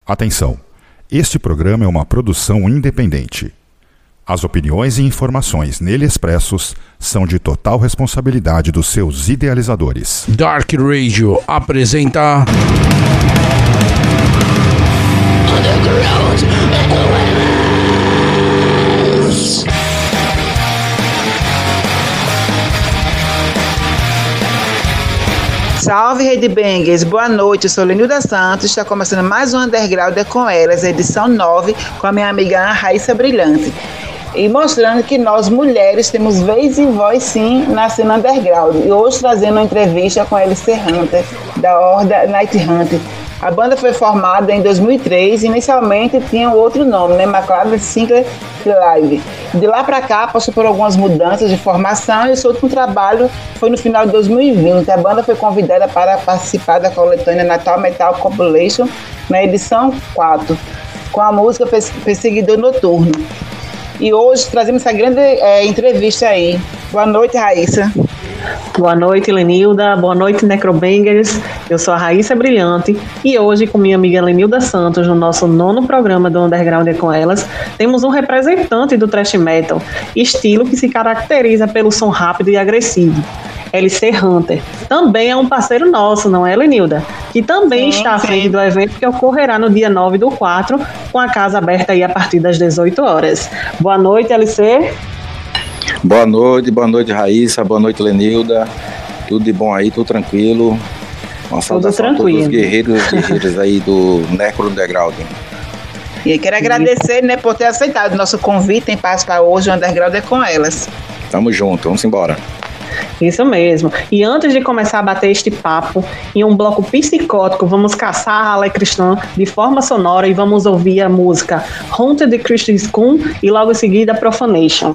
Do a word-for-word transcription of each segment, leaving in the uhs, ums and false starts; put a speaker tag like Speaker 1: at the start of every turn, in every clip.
Speaker 1: Atenção! Este programa é uma produção independente. As opiniões e informações nele expressos são de total responsabilidade dos seus idealizadores.
Speaker 2: Dark Radio apresenta...
Speaker 3: Salve, Rede Bangers! Boa noite, eu sou Lenilda Santos, está começando mais um Underground é com elas, edição nove, com a minha amiga Ana Raíssa Brilhante. E mostrando que nós, mulheres, temos vez e voz, sim, na cena underground. E hoje trazendo uma entrevista com a L C Hunter, da Horda Night Hunter. A banda foi formada em dois mil e três e inicialmente tinha outro nome, né? McLaren Sinclair Live. De lá para cá passou por algumas mudanças de formação e o seu último trabalho foi no final de dois mil e vinte. A banda foi convidada para participar da coletânea Natal Metal Compilation na edição quatro, com a música Perseguidor Noturno. E hoje trazemos essa grande é, entrevista aí. Boa noite, Raíssa.
Speaker 4: Boa noite, Lenilda. Boa noite, Necrobangers. Eu sou a Raíssa Brilhante e hoje, com minha amiga Lenilda Santos, no nosso nono programa do Underground é com elas, temos um representante do thrash metal, estilo que se caracteriza pelo som rápido e agressivo. L C Hunter. Também é um parceiro nosso, não é, Lenilda? Que também sim, está à frente sim. do evento que ocorrerá no dia nove do quatro, com a casa aberta aí a partir das dezoito horas. Boa noite, L C.
Speaker 5: Boa noite, boa noite, Raíssa, boa noite, Lenilda. Tudo de bom aí, tudo tranquilo. Uma saudação a todos os guerreiros e guerreiras aí do Necro Underground.
Speaker 3: E quero agradecer, né, por ter aceitado o nosso convite em participar hoje do Underground é com elas.
Speaker 5: Tamo junto, vamos embora.
Speaker 4: Isso mesmo. E antes de começar a bater este papo, em um bloco psicótico, vamos caçar a Halle Cristã de forma sonora e vamos ouvir a música Haunted Christian School e logo em seguida Profanation.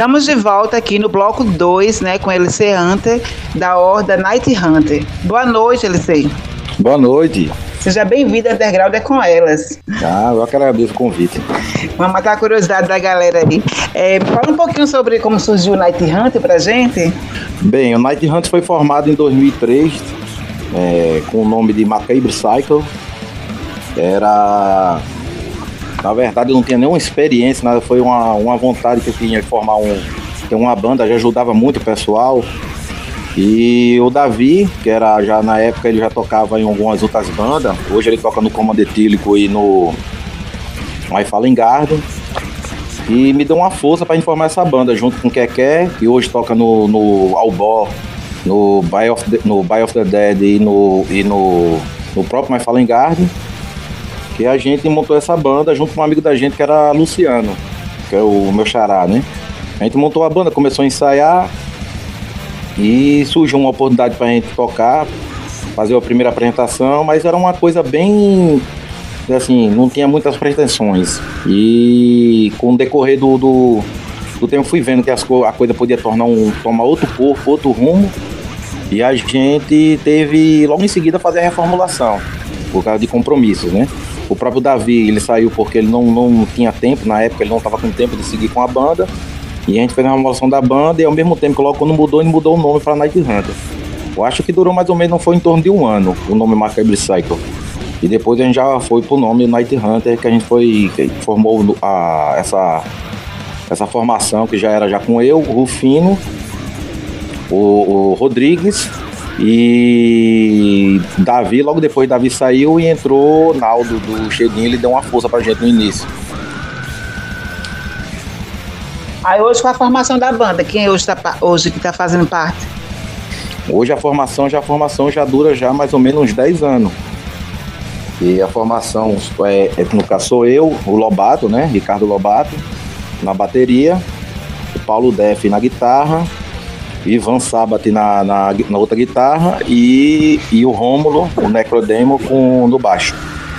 Speaker 3: Estamos de volta aqui no bloco dois, né, com L C Hunter, da Horda Night Hunter. Boa noite, L C.
Speaker 5: Boa noite.
Speaker 3: Seja bem-vindo ao Underground é com elas.
Speaker 5: Ah, eu agradeço o convite.
Speaker 3: Vamos matar a curiosidade da galera aí. É, fala um pouquinho sobre como surgiu o Night Hunter pra gente.
Speaker 5: Bem, o Night Hunter foi formado em dois mil e três, é, com o nome de Macabre Cycle. Era... Na verdade, eu não tinha nenhuma experiência, nada. Foi uma, uma vontade que eu tinha de formar um, ter uma banda, já ajudava muito o pessoal. E o Davi, que era já na época, ele já tocava em algumas outras bandas. Hoje ele toca no Comando Etílico e no My Fallen Garden. E me deu uma força para formar essa banda, junto com o Keké, que hoje toca no, no Albor, no Buy of the, no Buy of the Dead e no, e no, no próprio My Fallen Garden. Que a gente montou essa banda junto com um amigo da gente que era Luciano, que é o meu xará, né? A gente montou a banda, começou a ensaiar e surgiu uma oportunidade pra gente tocar, fazer a primeira apresentação, mas era uma coisa bem, assim, não tinha muitas pretensões. E com o decorrer do, do, do tempo fui vendo que as, a coisa podia tornar um, tomar outro corpo, outro rumo, e a gente teve logo em seguida fazer a reformulação, por causa de compromissos, né? O próprio Davi, ele saiu porque ele não, não tinha tempo, na época ele não estava com tempo de seguir com a banda. E a gente fez a remodelação da banda e ao mesmo tempo, logo quando mudou, ele mudou o nome para Night Hunter. Eu acho que durou mais ou menos, não foi em torno de um ano, o nome Macabre Cycle. E depois a gente já foi pro nome Night Hunter, que a gente foi, que formou a, essa, essa formação, que já era já com eu, o Rufino, o, o Rodrigues e Davi. Logo depois Davi saiu e entrou Naldo do Chedinho, ele deu uma força pra gente no início.
Speaker 3: Aí hoje com a formação da banda, quem hoje, tá, hoje que está fazendo parte?
Speaker 5: Hoje a formação já, a formação já dura já mais ou menos uns dez anos. E a formação, é, é, no caso sou eu, o Lobato, né? Ricardo Lobato, na bateria, o Paulo Def na guitarra, Ivan Sabat na, na, na outra guitarra e, e o Rômulo, o Necrodemo, com, no baixo.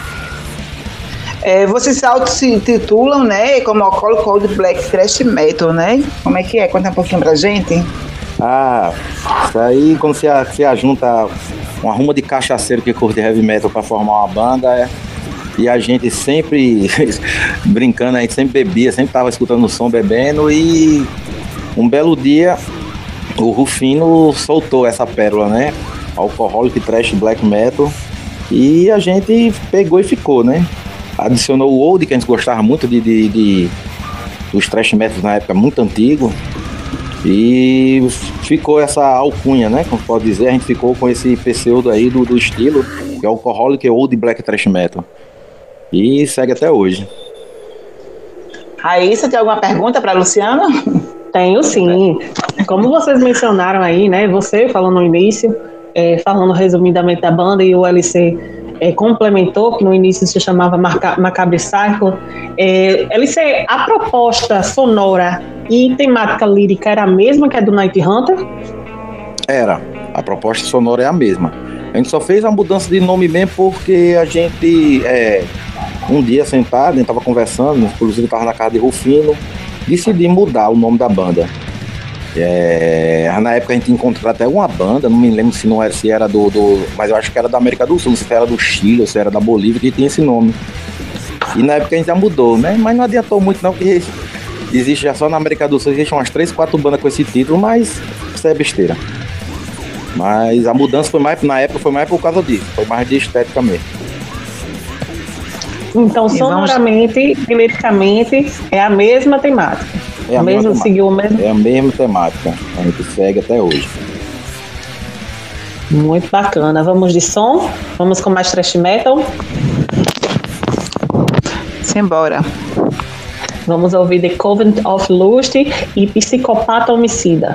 Speaker 3: É, vocês se auto-intitulam, né, como Alcoholic Cold Black Thrash Metal, né? Como é que é? Conta um pouquinho pra gente.
Speaker 5: Ah, isso aí quando você, você ajunta uma ruma de cachaceiro que curte heavy metal pra formar uma banda, é, e a gente sempre, brincando, a gente sempre bebia, sempre tava escutando o som, bebendo, e um belo dia o Rufino soltou essa pérola, né? Alcoholic Thrash Black Metal, e a gente pegou e ficou, né? Adicionou o old, que a gente gostava muito de, de, de dos thrash metals na época, muito antigo, e ficou essa alcunha, né? Como pode dizer, a gente ficou com esse pseudo aí do, do estilo, que é o Alcoholic Old Black Thrash Metal, e segue até hoje.
Speaker 3: Raíssa, tem alguma pergunta para Luciano?
Speaker 4: Tenho sim. Como vocês mencionaram aí, né? Você falando no início, é, falando resumidamente da banda, e o L C É, complementou, que no início se chamava Marca, Macabre Cycle. É, L C, a proposta sonora e temática lírica era a mesma que a do Night Hunter?
Speaker 5: Era, a proposta sonora é a mesma. A gente só fez a mudança de nome mesmo porque a gente, é, um dia sentado, a gente estava conversando, inclusive estava na casa de Rufino, decidi mudar o nome da banda. É, na época a gente encontrou até uma banda, não me lembro se não era, se era do, do, mas eu acho que era da América do Sul, não sei se era do Chile ou se era da Bolívia, que tinha esse nome. E na época a gente já mudou, né? Mas não adiantou muito não, porque existe já só na América do Sul, existem umas três, quatro bandas com esse título, mas isso é besteira. Mas a mudança foi mais, na época foi mais por causa disso, foi mais de estética mesmo.
Speaker 4: Então, sonoramente e liricamente é a mesma temática.
Speaker 5: É a
Speaker 4: mesmo,
Speaker 5: mesma
Speaker 4: seguiu o mesmo.
Speaker 5: É a mesma temática. A gente segue até hoje.
Speaker 4: Muito bacana. Vamos de som? Vamos com mais thrash metal?
Speaker 3: Simbora.
Speaker 4: Vamos ouvir The Covenant of Lust e Psicopata Homicida.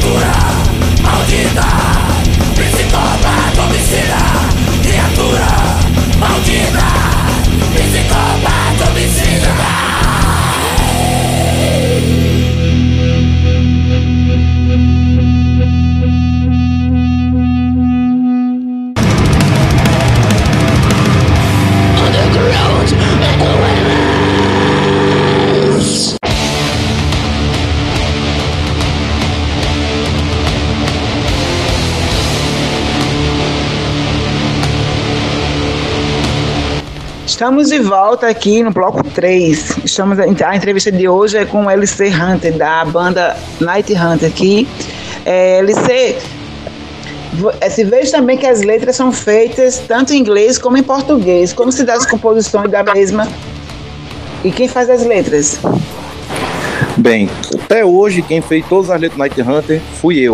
Speaker 6: Criatura maldita, psicopata homicida. Criatura maldita, psicopata homicida.
Speaker 3: Estamos de volta aqui no bloco três. Estamos, a entrevista de hoje é com o L C Hunter, da banda Night Hunter aqui. É, L C, se vejo também que as letras são feitas tanto em inglês como em português. Como se dá as composições da mesma? E quem faz as letras?
Speaker 5: Bem, até hoje quem fez todas as letras do Night Hunter fui eu.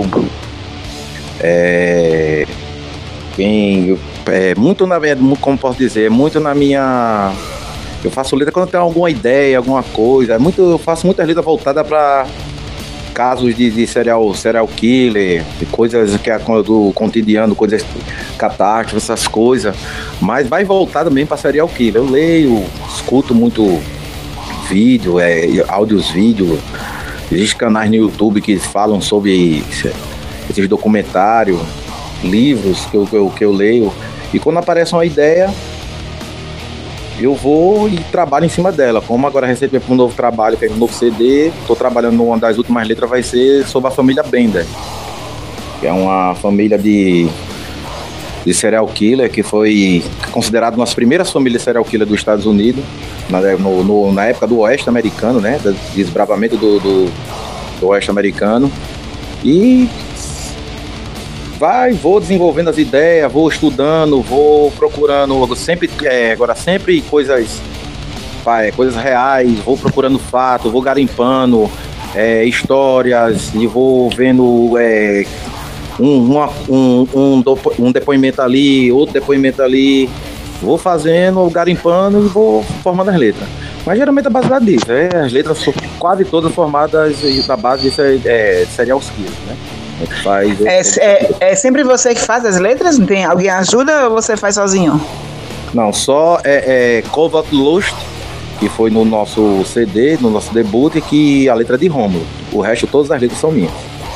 Speaker 5: É... Quem... É muito na minha, como posso dizer, é muito na minha. Eu faço letra quando eu tenho alguma ideia, alguma coisa. É muito, eu faço muitas letras voltadas para casos de, de serial, serial killer, de coisas que é do cotidiano, coisas catástrofes, essas coisas. Mas vai voltada mesmo para serial killer. Eu leio, escuto muito vídeo, é, áudios, vídeos. Existem canais no YouTube que falam sobre esses documentários, livros que eu, que eu, que eu leio. E quando aparece uma ideia, eu vou e trabalho em cima dela. Como agora recentemente um novo trabalho, que é um novo C D, estou trabalhando numa das últimas letras, vai ser sobre a família Bender, que é uma família de, de serial killer, que foi considerada uma das primeiras famílias serial killer dos Estados Unidos, na, no, no, na época do Oeste americano, né, do desbravamento do, do, do Oeste americano. E vai, vou desenvolvendo as ideias, vou estudando, vou procurando sempre, é, agora sempre coisas, é, coisas reais, vou procurando fatos, vou garimpando é, histórias e vou vendo é, um, uma, um, um, um depoimento ali, outro depoimento ali, vou fazendo, garimpando e vou formando as letras. Mas geralmente é baseado nisso, é, as letras são quase todas formadas na base de é, serial killers, né? É, faz,
Speaker 3: é, é, é sempre você que faz as letras? Não tem alguém ajuda ou você faz sozinho?
Speaker 5: Não, só é, é Covert Lust, que foi no nosso C D, no nosso debut, que a letra é de Rômulo. O resto, todas as letras são minhas.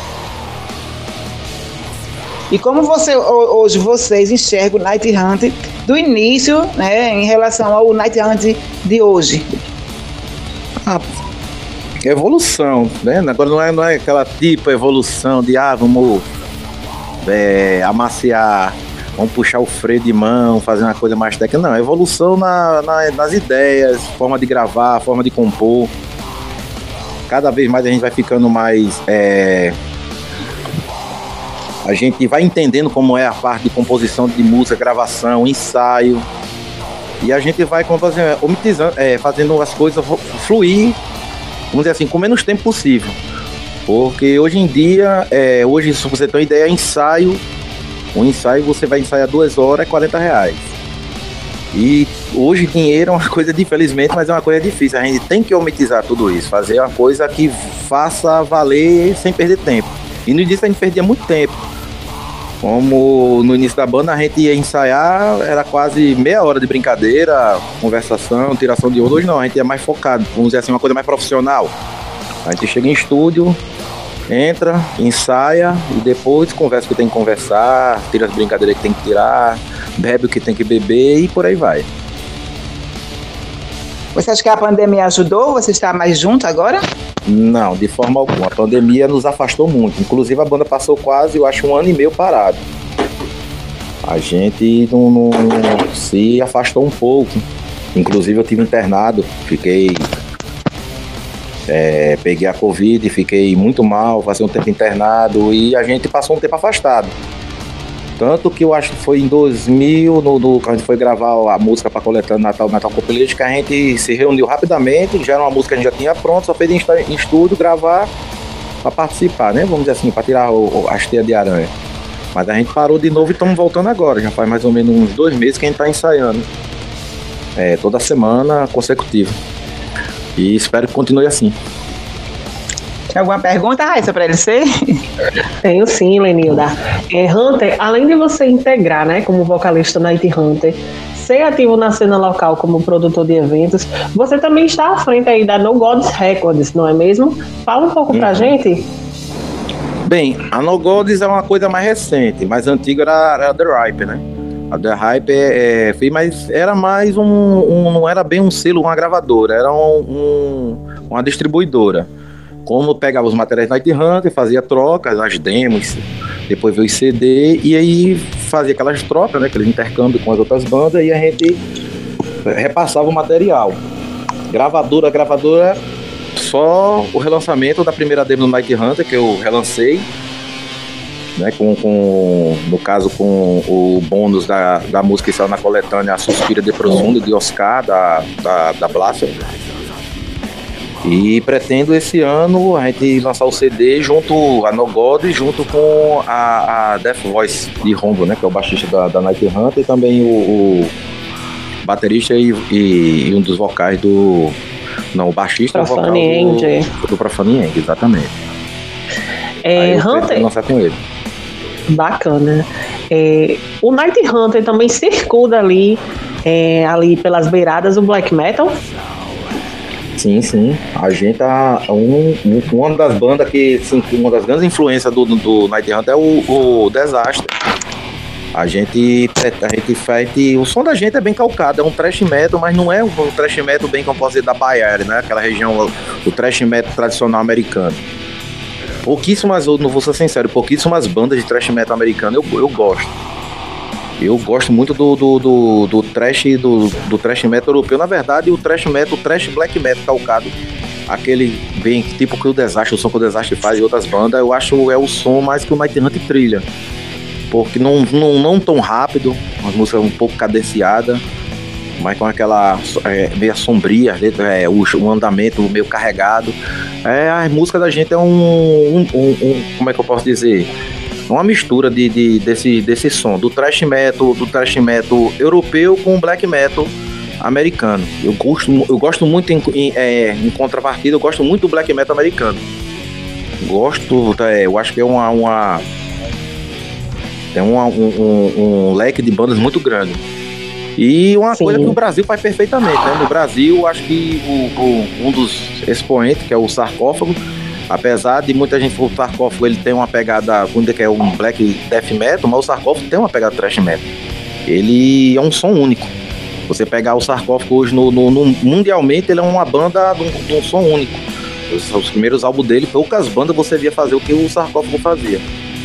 Speaker 3: E como você, hoje vocês enxergam o Night Hunter do início, né, em relação ao Night Hunter de hoje?
Speaker 5: Ah, evolução, né? Agora não é, não é aquela tipo evolução de ah, vamos é, amaciar, vamos puxar o freio de mão, fazer uma coisa mais técnica. Não, evolução na, na, nas ideias, forma de gravar, forma de compor. Cada vez mais a gente vai ficando mais é, a gente vai entendendo como é a parte de composição de música, gravação, ensaio, e a gente vai como fazer, omitizando, é, fazendo as coisas fluir, vamos dizer assim, com menos tempo possível. Porque hoje em dia, é, hoje, se você tem uma ideia, ensaio, um ensaio você vai ensaiar duas horas, é quarenta reais. E hoje dinheiro é uma coisa, infelizmente, mas é uma coisa difícil. A gente tem que omitizar tudo isso, fazer uma coisa que faça valer sem perder tempo. E no início a gente perdia muito tempo. Como no início da banda a gente ia ensaiar, era quase meia hora de brincadeira, conversação, tiração de onda. Hoje não, a gente é mais focado, vamos dizer assim, uma coisa mais profissional. A gente chega em estúdio, entra, ensaia e depois conversa o que tem que conversar, tira as brincadeiras que tem que tirar, bebe o que tem que beber e por aí vai.
Speaker 3: Você acha que a pandemia ajudou? Você está mais junto agora?
Speaker 5: Não, de forma alguma. A pandemia nos afastou muito. Inclusive a banda passou quase, eu acho, um ano e meio parado. A gente não, não se afastou um pouco. Inclusive eu tive internado, fiquei... É, peguei a Covid, fiquei muito mal, passei um tempo internado e a gente passou um tempo afastado. Tanto que eu acho que foi em dois mil, no, no, quando a gente foi gravar a música para Coletando Natal, Natal Compilation, que a gente se reuniu rapidamente, já era uma música que a gente já tinha pronta, só fez em, em estúdio gravar para participar, né? Vamos dizer assim, para tirar o, as teias de aranha. Mas a gente parou de novo e estamos voltando agora, já faz mais ou menos uns dois meses que a gente está ensaiando. É, toda semana consecutiva. E espero que continue assim.
Speaker 3: Tem alguma pergunta, Raíssa, para ele ser?
Speaker 4: Tenho sim, Lenilda. É, Hunter, além de você integrar, né, como vocalista Night Hunter, ser ativo na cena local como produtor de eventos, você também está à frente aí da No Gods Records, não é mesmo? Fala um pouco uhum. pra gente.
Speaker 5: Bem, a No Gods é uma coisa mais recente, mais antiga era, era a The Hype, né? A The Hype é, é, mas era mais um, um, não era bem um selo, uma gravadora, era um, um, uma distribuidora. Como pegava os materiais Night Hunter, fazia trocas, as demos, depois veio o C D, e aí fazia aquelas trocas, né, aqueles intercâmbios com as outras bandas, e a gente repassava o material. Gravadora, gravadora, só o relançamento da primeira demo do Night Hunter, que eu relancei, né, com, com, no caso com o bônus da, da música que saiu na coletânea A Suspira de Profundo, de Oscar, da, da, da Blasphemy. E pretendo esse ano a gente lançar o C D junto a No God, junto com a, a Death Voice de Rombo, né, que é o baixista da, da Night Hunter, e também o, o baterista e, e, e um dos vocais do... Não, o baixista e o vocal do, do Profane Yang, exatamente.
Speaker 4: É,
Speaker 5: Aí eu
Speaker 4: Hunter...
Speaker 5: pretendo lançar com ele.
Speaker 4: Bacana. É, o Night Hunter também circula ali, é, ali pelas beiradas do black metal?
Speaker 5: Sim, sim. A gente tá. Um, um, uma das bandas que. Assim, uma das grandes influências do, do Night Hunter é o, o Desastre. A gente, a gente faz. O som da gente é bem calcado, é um thrash metal, mas não é um thrash metal bem como posso dizer da Bayard, né? Aquela região, o thrash metal tradicional americano. Pouquíssimas, não vou ser sincero, pouquíssimas bandas de thrash metal americano eu, eu gosto. Eu gosto muito do, do, do, do, thrash, do, do thrash metal europeu. Na verdade, o thrash metal, o thrash black metal calcado, aquele bem tipo que o Desastre, o som que o Desastre faz e outras bandas, eu acho é o som mais que o Night Hunter trilha. Porque não, não, não tão rápido, uma música um pouco cadenciada, mas com aquela é, meio sombria, é, o, o andamento meio carregado. É, a música da gente é um, um, um, um como é que eu posso dizer? Uma mistura de, de, desse, desse som, do thrash metal, do thrash metal europeu com o black metal americano. Eu gosto, eu gosto muito, em, em, é, em contrapartida, eu gosto muito do black metal americano. Gosto, é, eu acho que é uma... uma tem uma, um, um, um leque de bandas muito grande. E uma Sim. coisa que o Brasil faz perfeitamente, né? No Brasil, acho que o, o, um dos expoentes, que é o Sarcófago, apesar de muita gente falar que o Sarcófago ele tem uma pegada, que é um black death metal, mas o Sarcófago tem uma pegada thrash metal. Ele é um som único. Você pegar o Sarcófago hoje, no, no, no, mundialmente, ele é uma banda de um, de um som único. Os, os primeiros álbuns dele, poucas bandas você via fazer o que o Sarcófago fazia.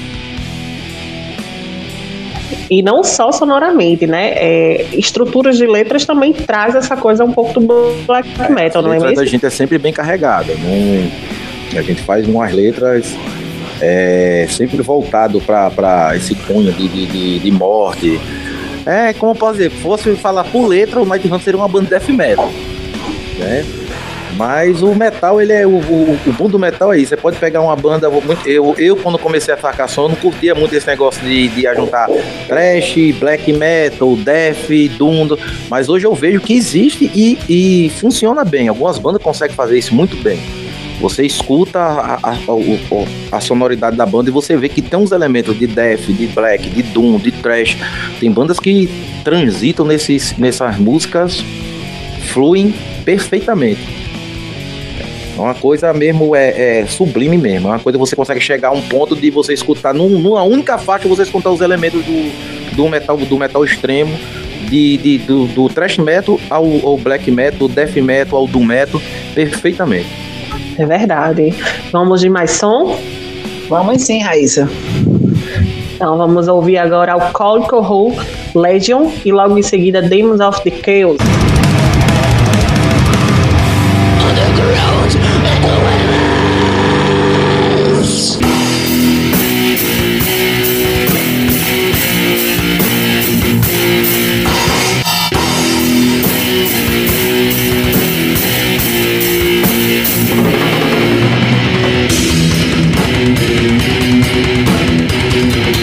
Speaker 4: E não só sonoramente, né? É, estruturas de letras também traz essa coisa um pouco do black
Speaker 5: é,
Speaker 4: metal, não é mesmo?
Speaker 5: A gente é sempre bem carregada. Não, a gente faz umas letras é, sempre voltado para esse cunho de, de, de morte. É, como eu posso dizer, se fosse falar por letra, o Night Hunter seria uma banda de death metal, né? Mas o metal, ele é o, o, o bom do metal é isso. Você pode pegar uma banda. Eu, eu quando comecei a tocar som, eu não curtia muito esse negócio de, de juntar thrash, black metal, death, doom. Mas hoje eu vejo que existe e, e funciona bem. Algumas bandas conseguem fazer isso muito bem. Você escuta a, a, a, a sonoridade da banda e você vê que tem uns elementos de death, de black, de doom, de thrash. Tem bandas que transitam nesses, nessas músicas, fluem perfeitamente. É uma coisa mesmo, é, é sublime mesmo. É uma coisa que você consegue chegar a um ponto de você escutar num, numa única faixa, você escutar os elementos do, do, metal, do metal extremo, de, de, do, do thrash metal ao, ao black metal, do death metal ao doom metal, perfeitamente.
Speaker 4: É verdade. Vamos de mais som?
Speaker 3: Vamos sim, Raíssa.
Speaker 4: Então vamos ouvir agora o Cold Cold Legion e logo em seguida Demons of the Chaos.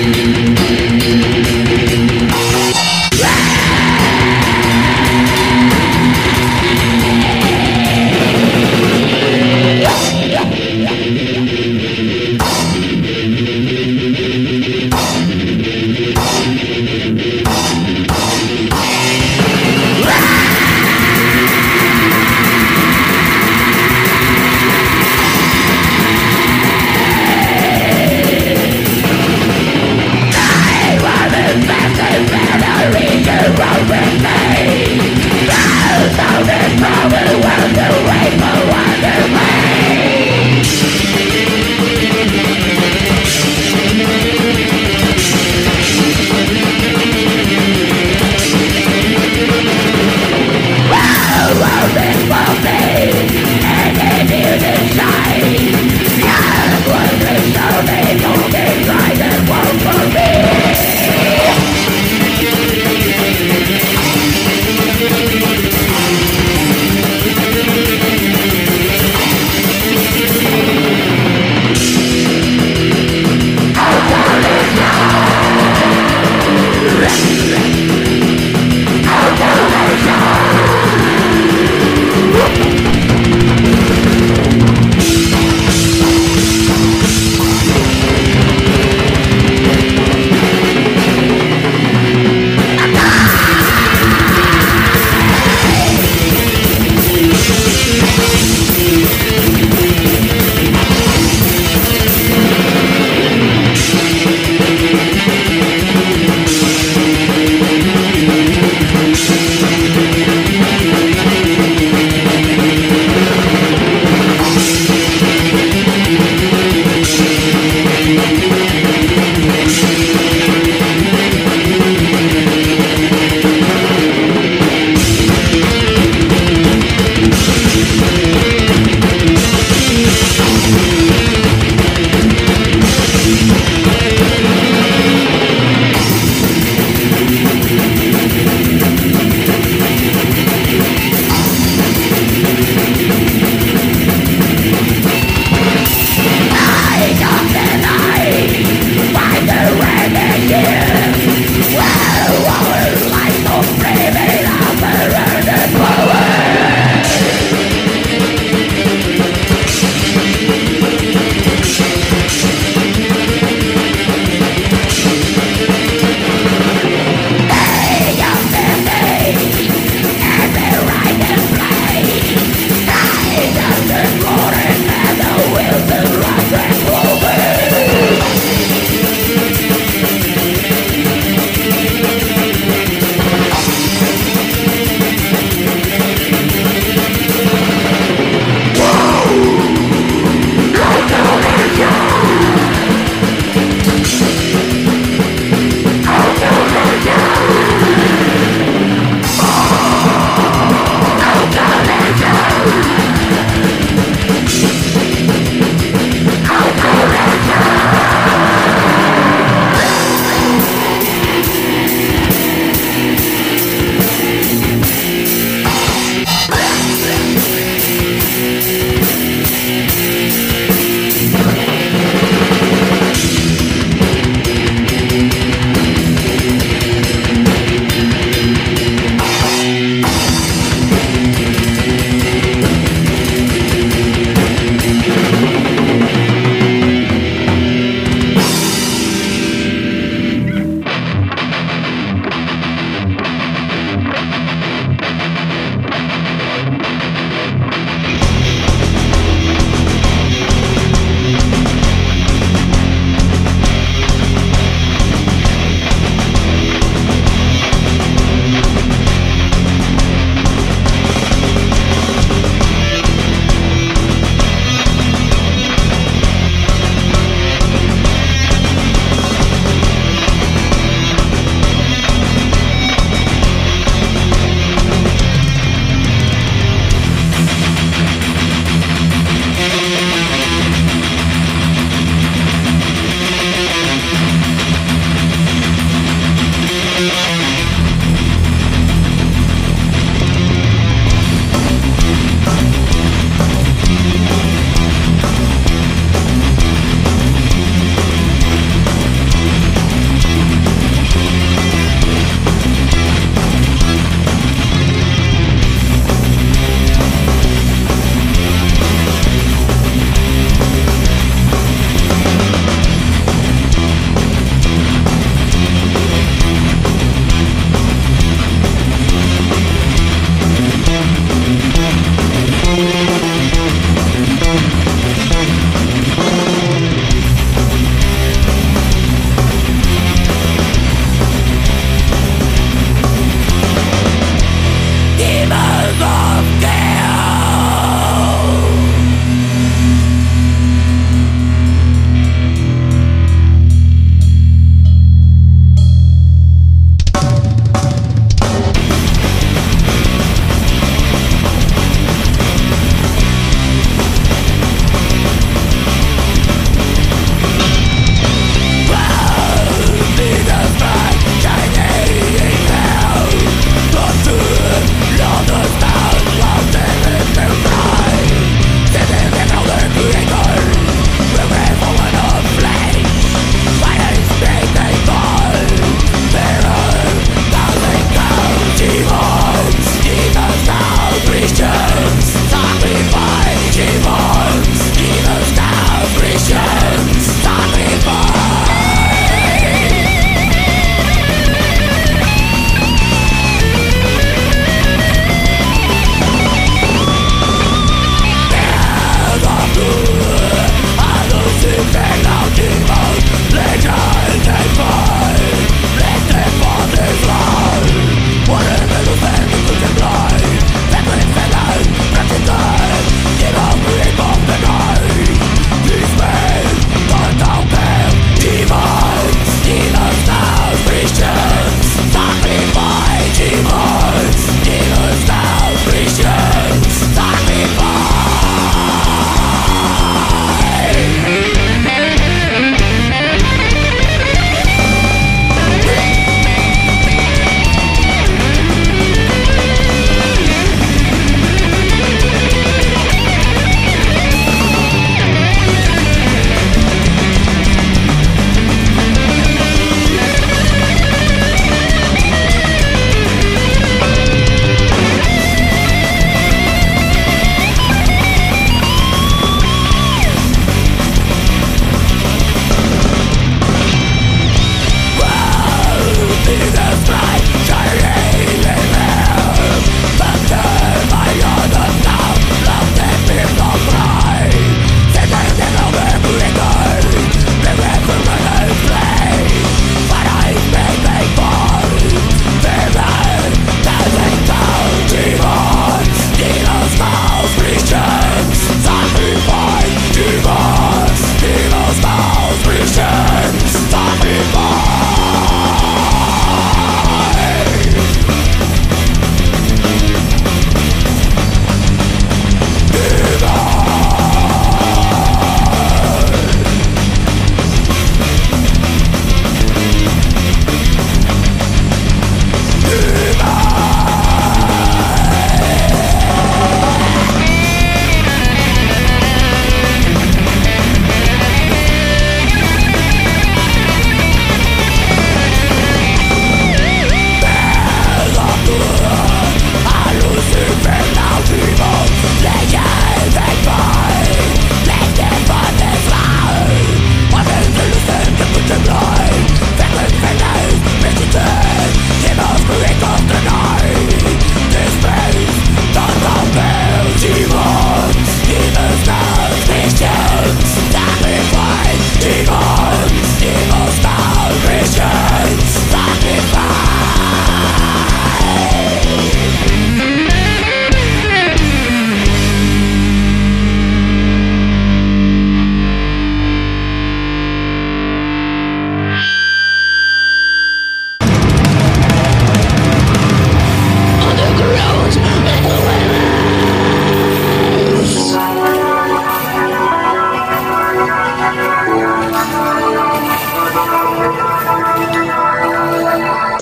Speaker 6: Ah!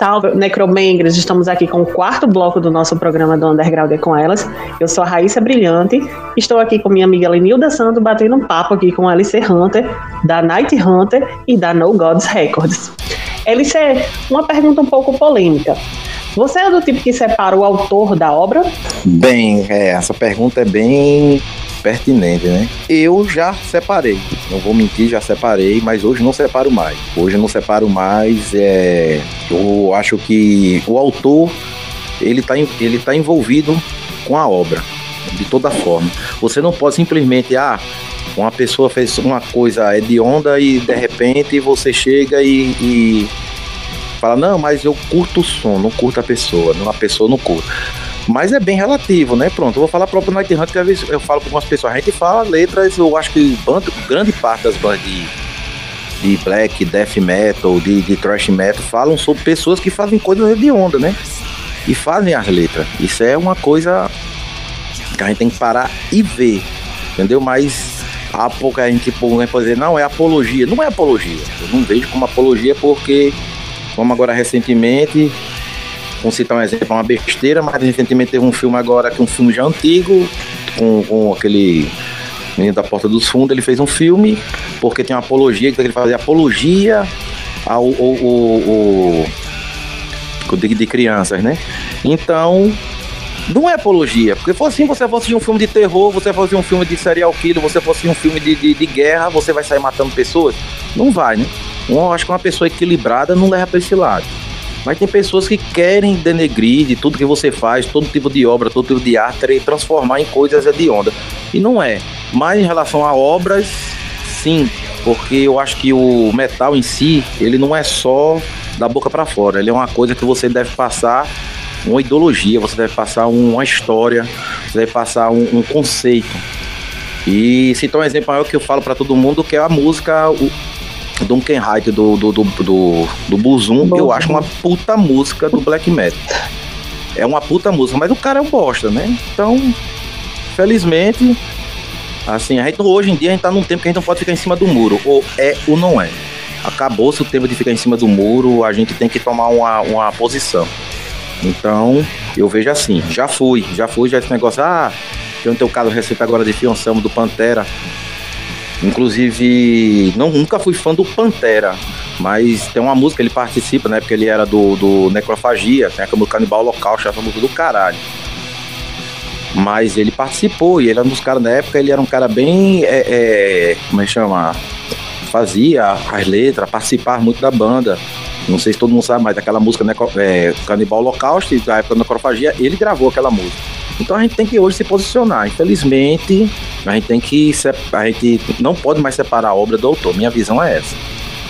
Speaker 4: Salve, Necrobangers! Estamos aqui com o quarto bloco do nosso programa do Underground é com Elas. Eu sou a Raíssa Brilhante, estou aqui com minha amiga Lenilda Santos, batendo um papo aqui com a L C Hunter, da Night Hunter e da No Gods Records. L C, uma pergunta um pouco polêmica. Você é do tipo que separa o autor da obra?
Speaker 5: Bem, é, essa pergunta é bem pertinente, né? Eu já separei, não vou mentir, já separei, mas hoje não separo mais. Hoje eu não separo mais, é, eu acho que o autor, ele tá, ele tá envolvido com a obra, de toda forma. Você não pode simplesmente, ah, uma pessoa fez uma coisa hedionda e de repente você chega e, e fala, não, mas eu curto o som, não curto a pessoa, não, a pessoa não curta. Mas é bem relativo, né? Pronto, eu vou falar próprio Night Hunter, que às vezes eu falo com algumas pessoas, a gente fala letras, eu acho que banda, grande parte das bandas de, de black, death metal, de, de thrash metal, falam sobre pessoas que fazem coisas de onda, né? E fazem as letras. Isso é uma coisa que a gente tem que parar e ver, entendeu? Mas há pouco a gente pode dizer, não, é apologia. Não é apologia. Eu não vejo como apologia porque, como agora recentemente, vamos citar um exemplo, uma besteira, mas recentemente teve um filme agora, que é um filme já antigo, com, com aquele menino da Porta dos Fundos, ele fez um filme, porque tem uma apologia, que ele fazia apologia ao, ao, ao, ao de, de crianças, né? Então, não é apologia, porque for assim, você for assistir um filme de terror, você for assistir um filme de serial killer, você for assistir um filme de, de, de guerra, você vai sair matando pessoas? Não vai, né? Eu acho que uma pessoa equilibrada não leva para esse lado. Mas tem pessoas que querem denegrir de tudo que você faz, todo tipo de obra, todo tipo de arte, e transformar em coisas hediondas. E não é. Mas em relação a obras, sim. Porque eu acho que o metal em si, ele não é só da boca para fora. Ele é uma coisa que você deve passar uma ideologia, você deve passar uma história, você deve passar um, um conceito. E citar um exemplo maior que eu falo para todo mundo, que é a música... O, Dunkenheit do, do, do, do, do Burzum, que eu acho uma puta música do black metal. É uma puta música, mas o cara é um bosta, né? Então, felizmente, assim, a gente, hoje em dia a gente tá num tempo que a gente não pode ficar em cima do muro, ou é ou não é. Acabou-se o tempo de ficar em cima do muro, a gente tem que tomar uma, uma posição. Então, eu vejo assim, já fui, já fui, já esse negócio, ah, tem o teu caso recente agora de Fiançamo do Pantera. Inclusive, não, nunca fui fã do Pantera, mas tem uma música que ele participa, né? Porque ele era do, do Necrofagia, tem a música Canibal Holocausto, essa música do caralho. Mas ele participou e ele era um dos caras na época, ele era um cara bem, é, é, como é que chama? Fazia as letras, participava muito da banda. Não sei se todo mundo sabe, mas aquela música, né, é, Canibal Holocausto, da época da Necrofagia, ele gravou aquela música. Então a gente tem que hoje se posicionar. Infelizmente, a gente tem que a gente não pode mais separar a obra do autor. Minha visão é essa.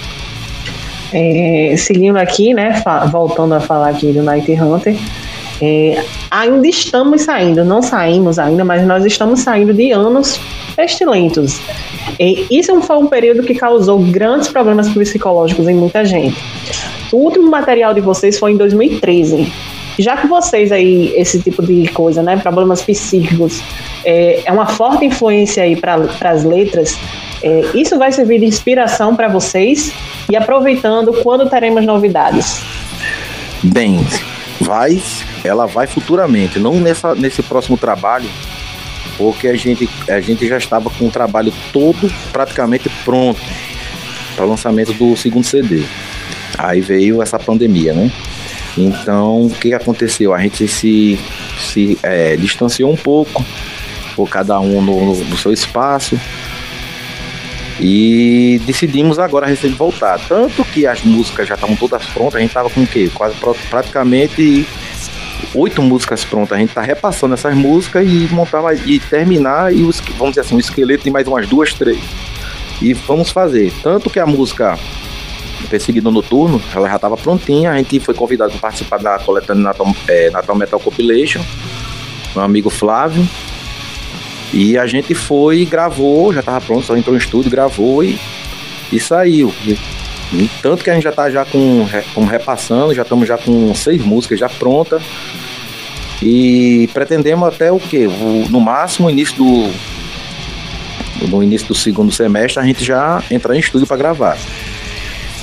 Speaker 4: É, seguindo aqui, né, voltando a falar aqui do Night Hunter, é, ainda estamos saindo, não saímos ainda, mas nós estamos saindo de anos pestilentos. E isso foi um período que causou grandes problemas psicológicos em muita gente. O último material de vocês foi em dois mil e treze. Já que vocês aí, esse tipo de coisa, né, problemas psíquicos, é, é uma forte influência aí para as letras, é, isso vai servir de inspiração para vocês? E aproveitando, quando teremos novidades?
Speaker 5: Bem, vai, ela vai futuramente, não nessa, nesse próximo trabalho, porque a gente, a gente já estava com o trabalho todo praticamente pronto para o lançamento do segundo C D. Aí veio essa pandemia, né? Então, o que aconteceu? A gente se, se é, distanciou um pouco, por cada um no, no seu espaço, e decidimos agora recém voltar. Tanto que as músicas já estavam todas prontas, a gente estava com o quê? Quase praticamente oito músicas prontas. A gente está repassando essas músicas e montar mais, e terminar, e os, vamos dizer assim, o esqueleto de mais umas duas, três. E vamos fazer. Tanto que a música Perseguido Noturno, ela já estava prontinha, a gente foi convidado para participar da coletânea Natal, é, Natal Metal Compilation, meu amigo Flávio, e a gente foi e gravou, já estava pronto, só entrou no estúdio, gravou e, e saiu. E, e tanto que a gente já está já com, com repassando, já estamos já com seis músicas já prontas, e pretendemos até o quê? O, no máximo, início do, no início do segundo semestre, a gente já entrar em estúdio para gravar.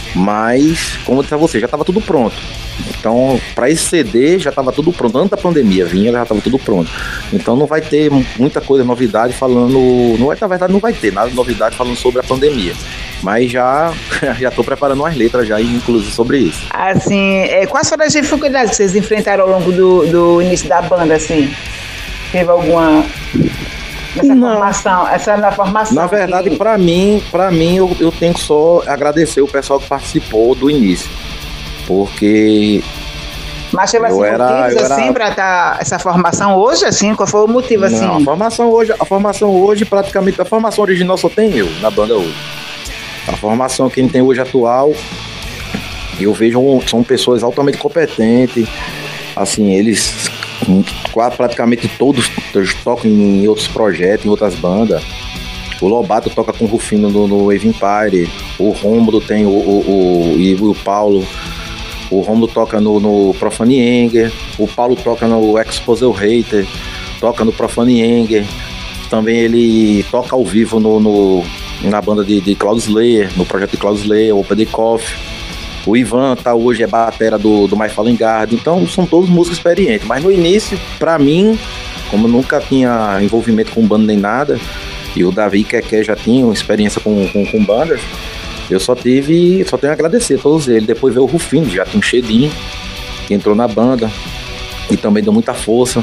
Speaker 5: Mas, como eu disse a você, já estava tudo pronto. Então, para esse C D já estava tudo pronto. Antes da pandemia vinha, já estava tudo pronto. Então não vai ter muita coisa, novidade falando... Não vai, na verdade, não vai ter nada de novidade falando sobre a pandemia. Mas já já estou preparando umas letras já, inclusive, sobre isso.
Speaker 3: Assim, é, quais foram as dificuldades que vocês enfrentaram ao longo do, do início da banda, assim? Teve alguma... Essa
Speaker 5: Não.
Speaker 3: formação, essa na formação.
Speaker 5: Na verdade,
Speaker 3: que...
Speaker 5: para mim, para mim eu, eu tenho que só agradecer o pessoal que participou do início. Porque...
Speaker 3: Mas teve assim,
Speaker 5: era,
Speaker 3: motivos
Speaker 5: era...
Speaker 3: assim para estar essa formação hoje, assim? Qual foi o motivo, assim?
Speaker 5: Não, a formação hoje, a formação hoje, praticamente, a formação original só tem eu na banda hoje. A formação que a gente tem hoje atual, eu vejo, são pessoas altamente competentes, assim, eles quase praticamente todos, todos tocam em outros projetos, em outras bandas. O Lobato toca com o Rufino no, no Wave Empire, o Rômulo tem o, o, o, e o Paulo, o Rômulo toca no, no Profane Enger, o Paulo toca no Exposure Hater, toca no Profane Enger, também ele toca ao vivo no, no, na banda de, de Cloud Slayer, no projeto de Cloud Slayer, o Open the Coffee. O Ivan tá hoje, é batera do, do My Fallen Guard, então são todos músicos experientes. Mas no início, pra mim, como eu nunca tinha envolvimento com banda nem nada, e o Davi e Keké já tinham experiência com, com, com bandas, eu só tive, só tenho a agradecer a todos eles. Depois veio o Rufino, já tinha um cheirinho, que entrou na banda e também deu muita força.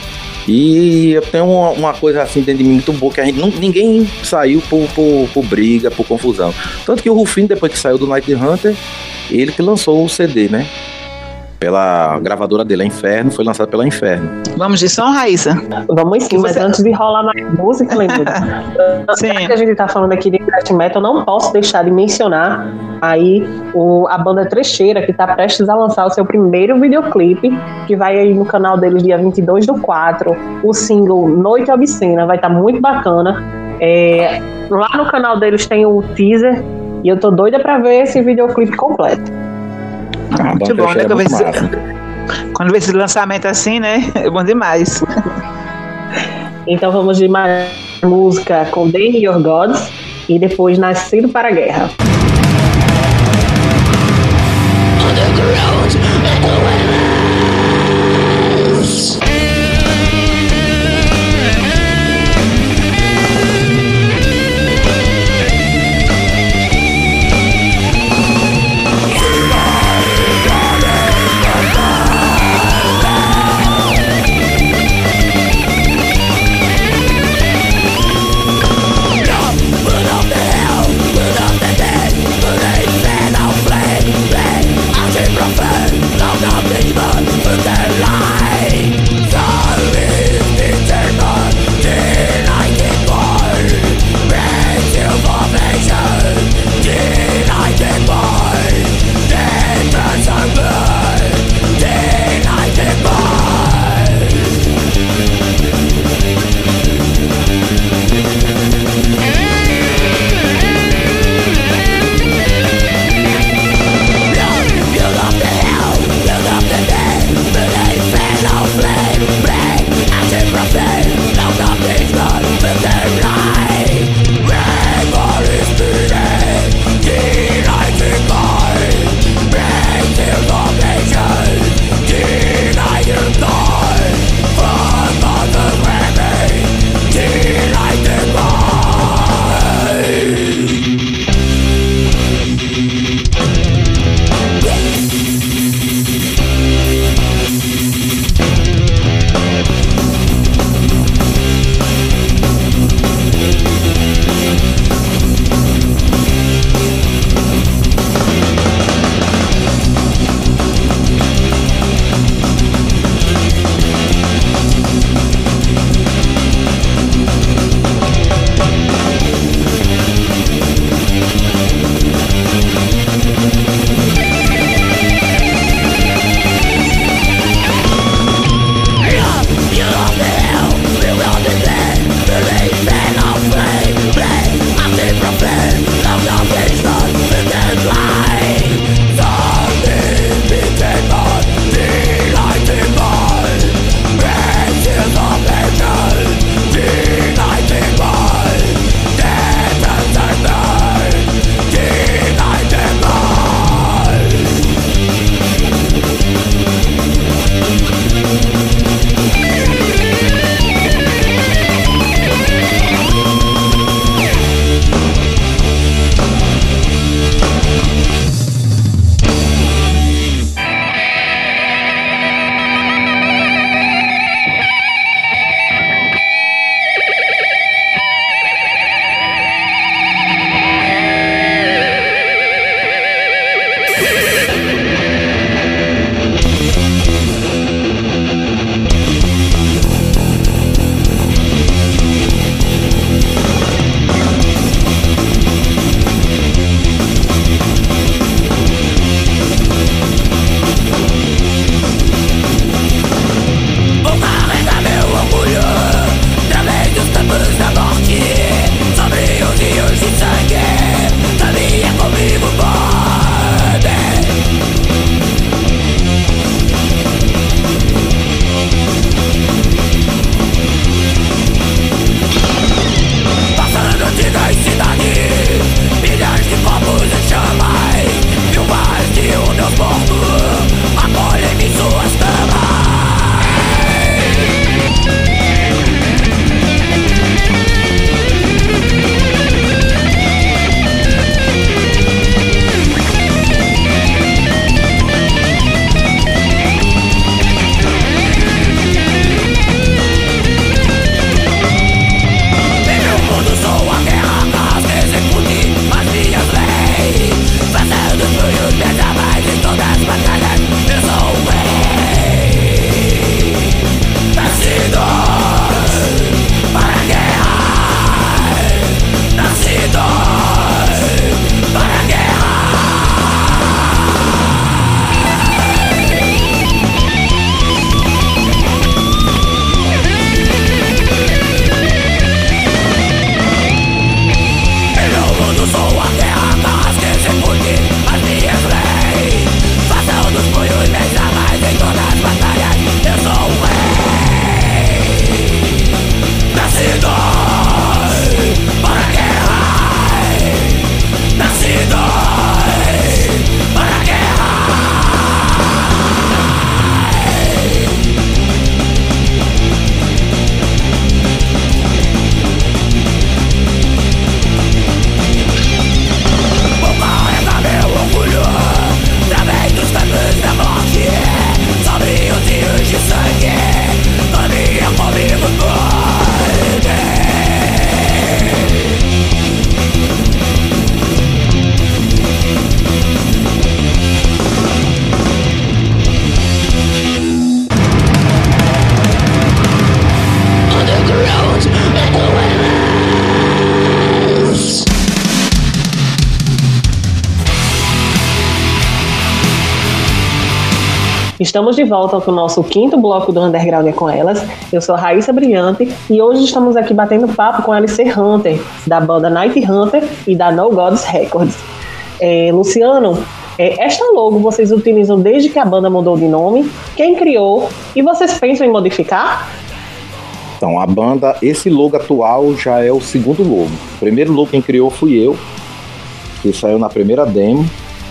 Speaker 5: E eu tenho uma, uma coisa assim dentro de mim muito boa, que a gente não, ninguém saiu por, por, por briga, por confusão. Tanto que o Rufino, depois que saiu do Night Hunter, ele que lançou o C D, né? Pela gravadora dele, a Inferno, foi lançado pela Inferno.
Speaker 3: Vamos de som, Raíssa?
Speaker 4: Vamos sim, mas
Speaker 3: você...
Speaker 4: antes de rolar mais música, Lenilda, já que a gente tá falando aqui de thrash metal, não posso deixar de mencionar aí o, a banda Trecheira, que tá prestes a lançar o seu primeiro videoclipe, que vai aí no canal deles dia vinte e dois do quatro, o single Noite Obscena, vai estar tá muito bacana. É, lá no canal deles tem o teaser, e eu tô doida pra ver esse videoclipe completo.
Speaker 3: Ah, muito bom, né? Quando, esse... Quando vê esse lançamento assim, né? É bom demais.
Speaker 4: Então vamos de mais música com Damn Your Gods e depois Nascido para a Guerra.
Speaker 6: Underground Echoes. No, no.
Speaker 4: Estamos de volta com o nosso quinto bloco do Underground é com elas. Eu sou a Raíssa Brilhante e hoje estamos aqui batendo papo com a L C Hunter, da banda Night Hunter e da No Gods Records. É, Luciano, é, esta logo vocês utilizam desde que a banda mudou de nome? Quem criou? E vocês pensam em modificar?
Speaker 5: Então, a banda, esse logo atual já é o segundo logo. O primeiro logo quem criou fui eu, que saiu na primeira demo.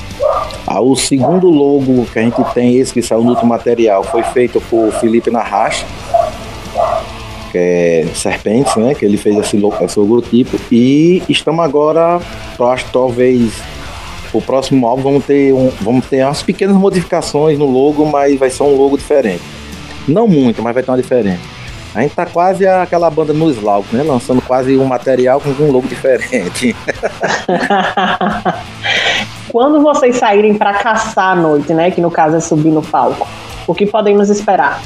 Speaker 5: Ah, o segundo logo que a gente tem, esse que saiu no último material, foi feito por Felipe Narrache, que é Serpentes, né? Que ele fez esse, logo, esse logotipo. E estamos agora, eu acho que talvez o próximo álbum vamos ter, um, vamos ter umas pequenas modificações no logo, mas vai ser um logo diferente. Não muito, mas vai ter uma diferença. A gente tá quase aquela banda no Slaug, né? Lançando quase um material com um logo diferente.
Speaker 4: Quando vocês saírem para caçar à noite, né? Que no caso é subir no palco, o que podemos esperar?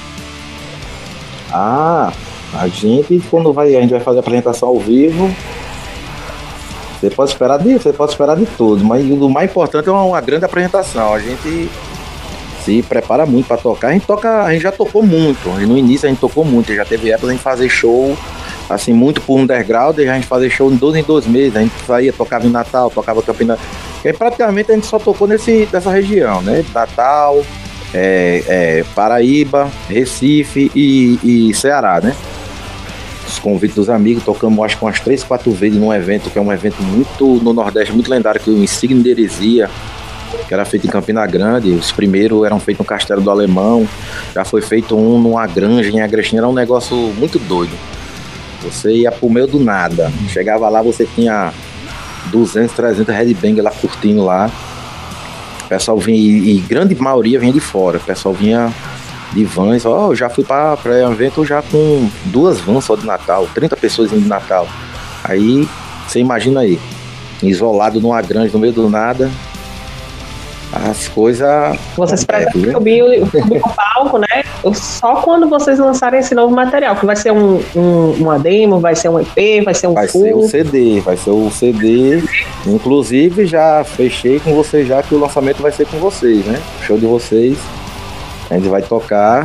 Speaker 5: Ah, a gente quando vai, a gente vai fazer a apresentação ao vivo, você pode esperar de, você pode esperar de tudo, mas o mais importante é uma, uma grande apresentação. A gente se prepara muito para tocar. A gente toca, a gente já tocou muito. No início a gente tocou muito, já teve época de fazer show assim muito por underground, e a gente fazia show de dois em dois meses. A gente saía, tocava em Natal, tocava Campina. E aí, praticamente a gente só tocou nesse, nessa região, né? Natal, é, é, Paraíba, Recife e, e Ceará, né? Os convites dos amigos, tocamos acho que umas três, quatro vezes num evento, que é um evento muito no Nordeste, muito lendário, que é o Insigne de Heresia, que era feito em Campina Grande. Os primeiros eram feitos no Castelo do Alemão, já foi feito um numa granja em Agrestina. Era um negócio muito doido. Você ia pro meio do nada, chegava lá, você tinha duzentos, trezentos headbangers lá curtindo lá. O pessoal vinha, e, e grande maioria vinha de fora. O pessoal vinha de vans. Ó, oh, já fui para o evento já com duas vans só de Natal, trinta pessoas indo de Natal. Aí, você imagina aí, isolado numa granja no meio do nada, as coisas...
Speaker 4: Vocês pretendem subir o, subir o palco, né? Só quando vocês lançarem esse novo material, que vai ser um, um, uma demo, vai ser um E P, vai ser um
Speaker 5: Vai full. ser o C D, vai ser o C D. Inclusive, já fechei com vocês já que o lançamento vai ser com vocês, né? O show de vocês, a gente vai tocar.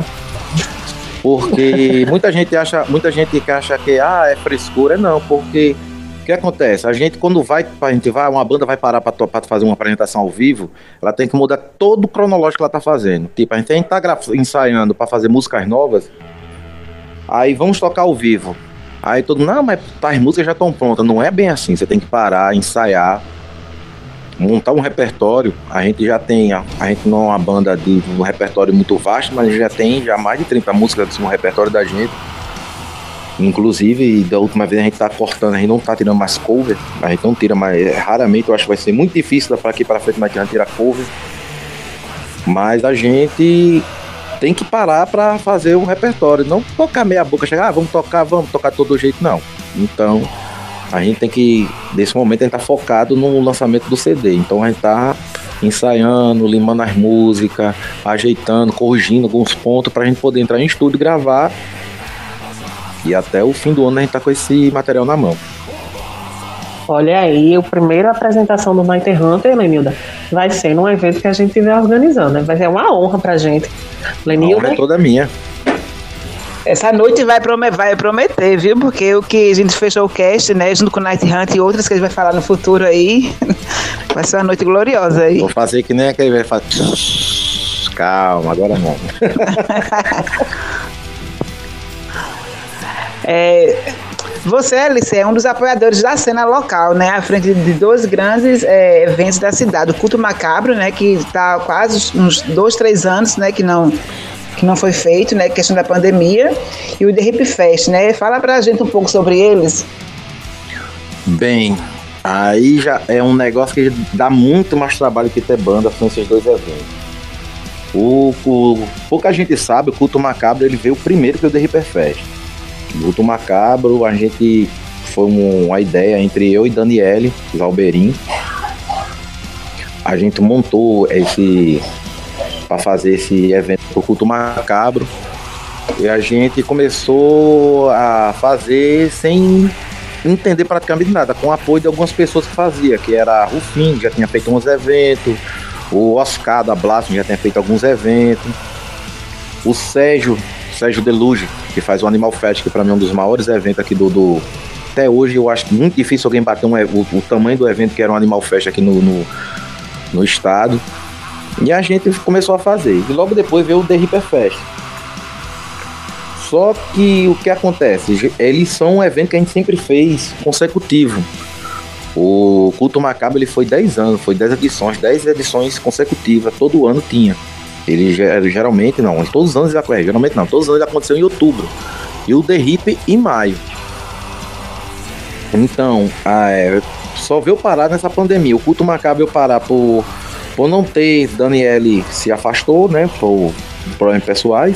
Speaker 5: Porque muita gente acha, muita gente que acha que ah, é frescura. Não, porque que acontece? A gente, quando vai, a gente vai, uma banda vai parar para fazer uma apresentação ao vivo, ela tem que mudar todo o cronológico que ela tá fazendo. Tipo, a gente, a gente tá gra- ensaiando para fazer músicas novas, aí vamos tocar ao vivo. Aí todo mundo, não, mas as músicas já estão prontas. Não é bem assim, você tem que parar, ensaiar, montar um repertório. A gente já tem, a, a gente não é uma banda de um repertório muito vasto, mas já tem já mais de trinta músicas no repertório da gente. Inclusive, da última vez a gente tá cortando, a gente não tá tirando mais cover, a gente não tira mais, raramente, eu acho que vai ser muito difícil daqui aqui pra frente, mas a gente tirar cover. Mas a gente tem que parar pra fazer um repertório, não tocar meia boca, chegar, ah, vamos tocar, vamos tocar de todo jeito, não. Então, a gente tem que, nesse momento, a gente tá focado no lançamento do C D, então a gente tá ensaiando, limando as músicas, ajeitando, corrigindo alguns pontos pra gente poder entrar em estúdio e gravar. E até o fim do ano a gente tá com esse material na mão.
Speaker 4: Olha aí, a primeira apresentação do Night Hunter, Lenilda, vai ser num evento que a gente estiver organizando, né? Vai ser uma honra pra gente. Lenilda,
Speaker 5: a honra é toda minha.
Speaker 3: Essa noite vai, prome- vai prometer, viu? Porque o que a gente fechou o cast, né? Junto com o Night Hunter e outras que a gente vai falar no futuro aí, vai ser uma noite gloriosa aí.
Speaker 5: Vou fazer que nem aquele velho faz. Calma, agora não.
Speaker 3: É, você, Alice, é um dos apoiadores da cena local, né? À frente de dois grandes é, eventos da cidade. O Culto Macabro, né? Que está quase uns dois, três anos, né? Que não, que não foi feito, né? Questão da pandemia. E o The Hip Fest, né? Fala pra gente um pouco sobre eles.
Speaker 5: Bem, aí já é um negócio que dá muito mais trabalho que ter banda, são esses dois eventos. O, o, pouca gente sabe, o Culto Macabro ele veio primeiro que o The Hip Fest. O Culto Macabro, a gente foi um, uma ideia entre eu e Daniele Valberim. A gente montou esse para fazer esse evento pro Culto Macabro e a gente começou a fazer sem entender praticamente nada, com o apoio de algumas pessoas que fazia, que era a Rufim, que já tinha feito uns eventos, o Oscar da Blasphemy já tinha feito alguns eventos, o Sérgio Sérgio Deluge, que faz o Animal Fest, que para mim é um dos maiores eventos aqui do, do... Até hoje eu acho muito difícil alguém bater um, o, o tamanho do evento que era um Animal Fest aqui no, no, no estado. E a gente começou a fazer. E logo depois veio o The Hip Fest. Só que o que acontece? Eles são um evento que a gente sempre fez consecutivo. O Culto Macabro ele foi dez anos, foi dez edições, dez edições consecutivas, todo ano tinha. Ele geralmente não, todos os anos já é, geralmente não, todos os anos aconteceu em outubro. E o The Hip em maio. Então, é, só veio parar nessa pandemia. O Culto Macabro veio parar por, por não ter. Daniele se afastou, né? Por problemas pessoais.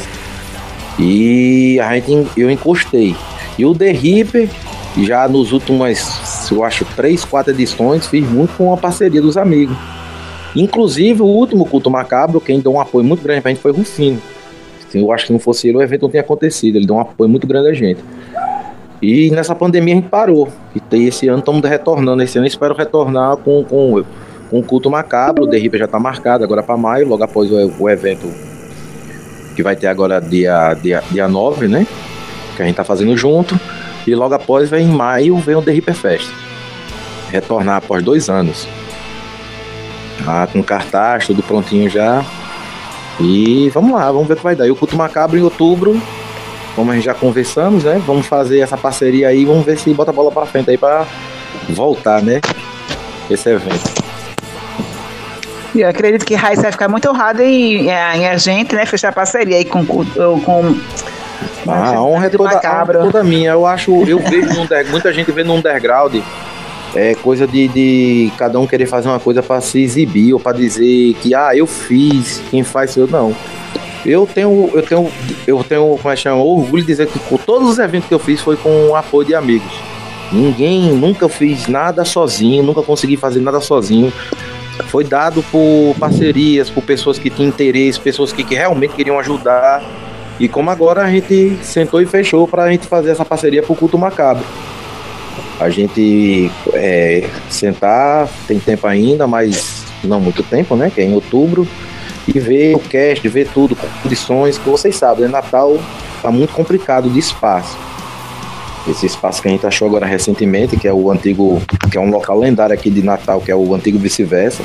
Speaker 5: E a gente, eu encostei. E o The Hip, já nos últimos, eu acho, três, quatro edições, fiz muito com a parceria dos amigos. Inclusive, o último Culto Macabro, quem deu um apoio muito grande pra gente foi o Rufino. Eu acho que se não fosse ele, o evento não tinha acontecido. Ele deu um apoio muito grande a gente. E nessa pandemia a gente parou. E esse ano estamos retornando. Esse ano eu espero retornar com, com, com o Culto Macabro. O The Hip já está marcado agora para maio, logo após o, o evento que vai ter agora dia, dia, dia nove, né? Que a gente tá fazendo junto. E logo após, vem em maio, vem o The Hip Fest. Retornar após dois anos. Ah, com cartaz, tudo prontinho já. E vamos lá, vamos ver o que vai dar. E o Culto Macabro em outubro, como a gente já conversamos, né? Vamos fazer essa parceria aí, vamos ver se bota a bola pra frente aí pra voltar, né? Esse evento.
Speaker 3: Eu acredito que Raíssa vai ficar muito honrada em, em a gente, né? Fechar parceria aí com... com
Speaker 5: ah, a honra é toda, a honra toda minha. Eu acho, eu vejo no, muita gente vê no underground. É coisa de, de cada um querer fazer uma coisa para se exibir ou para dizer que ah, eu fiz, quem faz eu não. Eu tenho, eu tenho, eu tenho, como é que chama, orgulho de dizer que com todos os eventos que eu fiz foi com o apoio de amigos. Ninguém, nunca fiz nada sozinho, nunca consegui fazer nada sozinho. Foi dado por parcerias, por pessoas que tinham interesse, pessoas que, que realmente queriam ajudar. E como agora a gente sentou e fechou para a gente fazer essa parceria pro Culto Macabro. A gente é, sentar, tem tempo ainda, mas não muito tempo, né? Que é em outubro. E ver o cast, ver tudo, condições, que vocês sabem, né? Natal tá muito complicado de espaço. Esse espaço que a gente achou agora recentemente, que é o antigo, que é um local lendário aqui de Natal, que é o antigo Vice-Versa.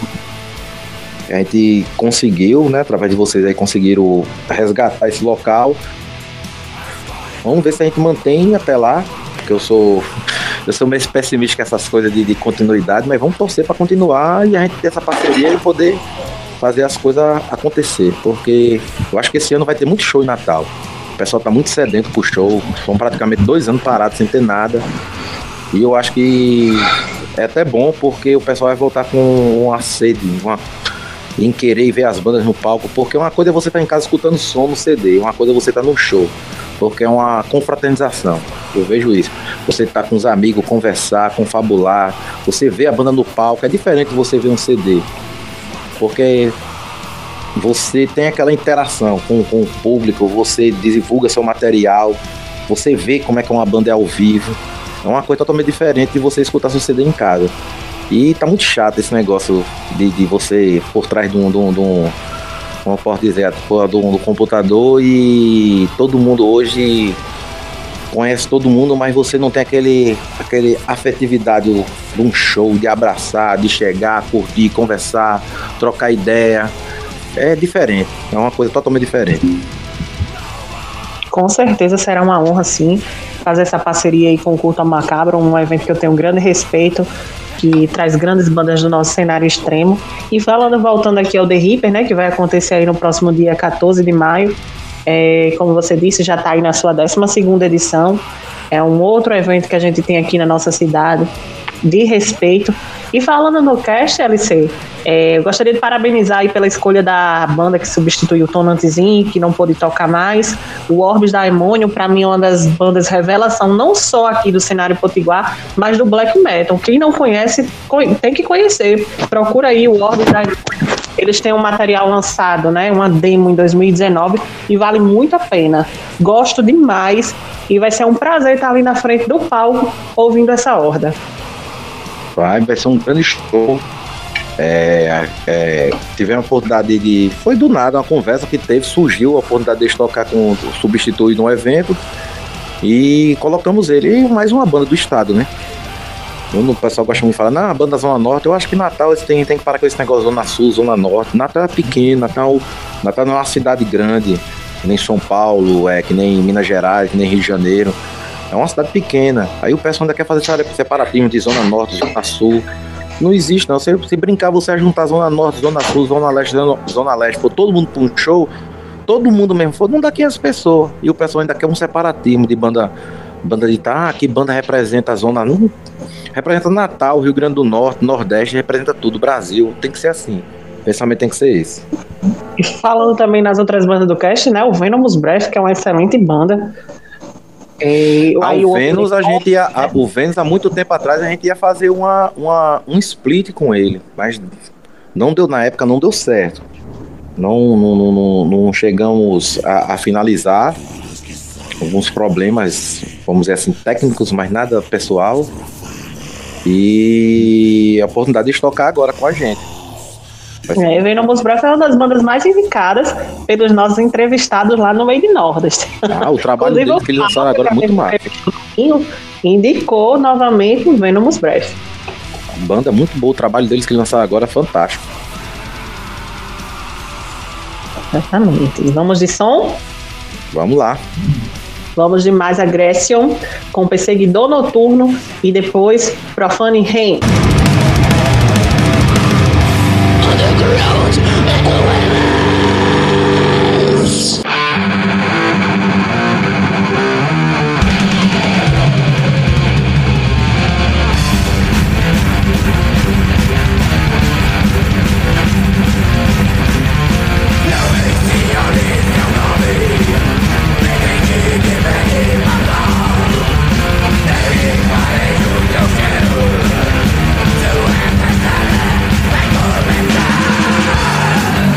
Speaker 5: A gente conseguiu, né, através de vocês aí, conseguiram resgatar esse local. Vamos ver se a gente mantém até lá, porque eu sou, eu sou meio pessimista com essas coisas de, de continuidade, mas vamos torcer para continuar e a gente ter essa parceria e poder fazer as coisas acontecer, porque eu acho que esse ano vai ter muito show em Natal. O pessoal tá muito sedento pro show, são praticamente dois anos parados sem ter nada, e eu acho que é até bom, porque o pessoal vai voltar com uma sede, uma, em querer ver as bandas no palco, porque uma coisa é você estar em casa escutando som no C D, uma coisa é você estar no show, porque é uma confraternização, eu vejo isso. Você tá com os amigos, conversar, confabular, você vê a banda no palco, é diferente de você ver um C D, porque você tem aquela interação com, com o público, você divulga seu material, você vê como é que uma banda é ao vivo. É uma coisa totalmente diferente de você escutar seu C D em casa. E tá muito chato esse negócio de, de você por trás de um, de um, de um como eu posso dizer, do, do computador, e todo mundo hoje conhece todo mundo, mas você não tem aquele, aquele afetividade de um show, de abraçar, de chegar, curtir, conversar, trocar ideia. É diferente, é uma coisa totalmente diferente.
Speaker 4: Com certeza será uma honra, sim, fazer essa parceria aí com o Culto Macabro, um evento que eu tenho um grande respeito, que traz grandes bandas do nosso cenário extremo. E falando, voltando aqui ao The Reaper, né, que vai acontecer aí no próximo dia quatorze de maio, é, como você disse, já está aí na sua décima segunda edição. É um outro evento que a gente tem aqui na nossa cidade, de respeito. E falando no cast, L C, é, eu gostaria de parabenizar aí pela escolha da banda que substituiu o Tonantezinho, que não pôde tocar mais. O Orbes da Aemônio, para mim, é uma das bandas revelação, não só aqui do cenário potiguar, mas do black metal. Quem não conhece, tem que conhecer. Procura aí o Orbes da Aemônio. Eles têm um material lançado, né, uma demo em dois mil e dezenove, e vale muito a pena. Gosto demais, e vai ser um prazer estar ali na frente do palco ouvindo essa horda.
Speaker 5: Vai, vai ser um grande show. É, é, tivemos a oportunidade de... Foi do nada, uma conversa que teve, surgiu a oportunidade de tocar com o substituído no evento, e colocamos ele e mais uma banda do estado, né? O pessoal gosta muito de falar, não, a banda da Zona Norte. Eu acho que Natal tem, tem que parar com esse negócio Zona Sul, Zona Norte. Natal é pequeno, Natal, Natal não é uma cidade grande, que nem São Paulo, é, que nem Minas Gerais, que nem Rio de Janeiro. É uma cidade pequena. Aí o pessoal ainda quer fazer separatismo de Zona Norte, Zona Sul. Não existe, não. Se, se brincar, você vai juntar Zona Norte, Zona Sul, Zona Leste, Zona, Zona Leste, for todo mundo para um show, todo mundo mesmo for, não dá quinhentas pessoas. E o pessoal ainda quer um separatismo de banda, banda de tá, ah, que banda representa a Zona... Não, representa Natal, Rio Grande do Norte, Nordeste, representa tudo, Brasil. Tem que ser assim. O pensamento tem que ser esse.
Speaker 4: E falando também nas outras bandas do cast, né? O Venomous Breath, que é uma excelente banda.
Speaker 5: É, ah, o Vênus, a gente ia, a, o Vênus há muito tempo atrás a gente ia fazer uma, uma, um split com ele, mas não deu, na época não deu certo, não, não, não, não chegamos a, a finalizar, alguns problemas, vamos dizer assim, técnicos, mas nada pessoal, e a oportunidade de tocar agora com a gente.
Speaker 4: É, Venomous Breath é uma das bandas mais indicadas pelos nossos entrevistados lá no Made Nordeste.
Speaker 5: Ah, o trabalho deles que eles lançaram agora é muito massa.
Speaker 4: Indicou novamente o Venomous Breath.
Speaker 5: Banda muito boa, o trabalho deles que eles lançaram agora é fantástico.
Speaker 4: Exatamente. Vamos de som?
Speaker 5: Vamos lá.
Speaker 4: Vamos de Mais Aggression com Perseguidor Noturno e depois Profane Reign.
Speaker 6: Underground Echoes.
Speaker 7: Quero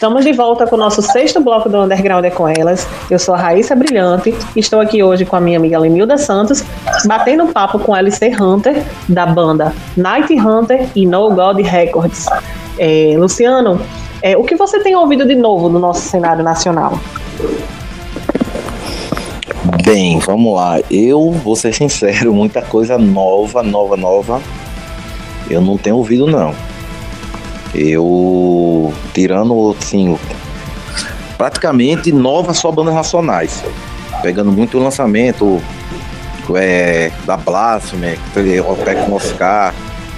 Speaker 4: Estamos de volta com o nosso sexto bloco do Underground é com Elas. Eu sou a Raíssa Brilhante e estou aqui hoje com a minha amiga Lenilda Santos, batendo papo com L C Hunter, da banda Night Hunter e No God Records. É, Luciano, é, o que você tem ouvido de novo no nosso cenário nacional?
Speaker 5: Bem, vamos lá. Eu vou ser sincero, muita coisa nova, nova, nova, eu não tenho ouvido, não. Eu, tirando, assim, praticamente novas só bandas nacionais, pegando muito o lançamento é, da Blasphemy, o Pec Moscar,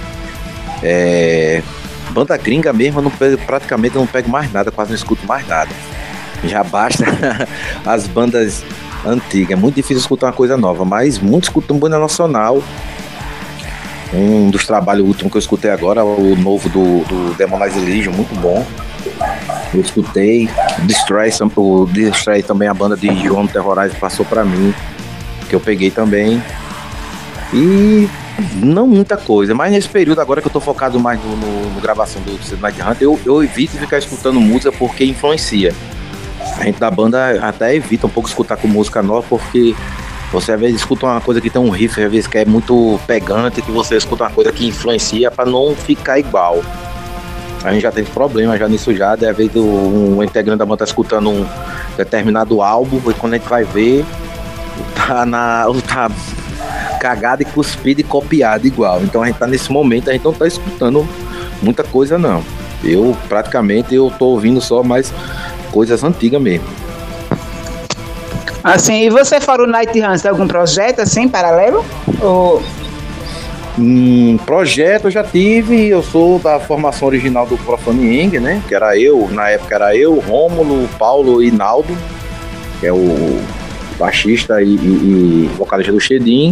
Speaker 5: é, banda gringa mesmo, eu não, praticamente eu não pego mais nada, quase não escuto mais nada. Já basta as bandas antigas, é muito difícil escutar uma coisa nova, mas muito escuto banda nacional. Um dos trabalhos últimos que eu escutei agora, o novo do, do Demonize Legion, muito bom. Eu escutei. Destroy, o Destroy também, a banda de João Terrorize passou pra mim, que eu peguei também. E não muita coisa, mas nesse período agora que eu tô focado mais no, no, no gravação do Night Hunter, eu, eu evito ficar escutando música porque influencia. A gente da banda até evita um pouco escutar com música nova, porque você às vezes escuta uma coisa que tem um riff, às vezes que é muito pegante, que você escuta uma coisa que influencia para não ficar igual. A gente já tem problema já nisso já, às vezes um integrante da banda tá escutando um determinado álbum e quando a gente vai ver, tá, na, tá cagado e cuspido e copiado igual. Então a gente tá nesse momento, a gente não tá escutando muita coisa não. Eu praticamente eu tô ouvindo só mais coisas antigas mesmo.
Speaker 3: Assim, e você fora o Night Hunter, tem algum projeto assim, paralelo? Ou...
Speaker 5: Um projeto eu já tive, eu sou da formação original do Profane Eng, né? Que era eu, na época era eu, Rômulo, Paulo e Naldo, que é o baixista e, e, e vocalista do Shedim.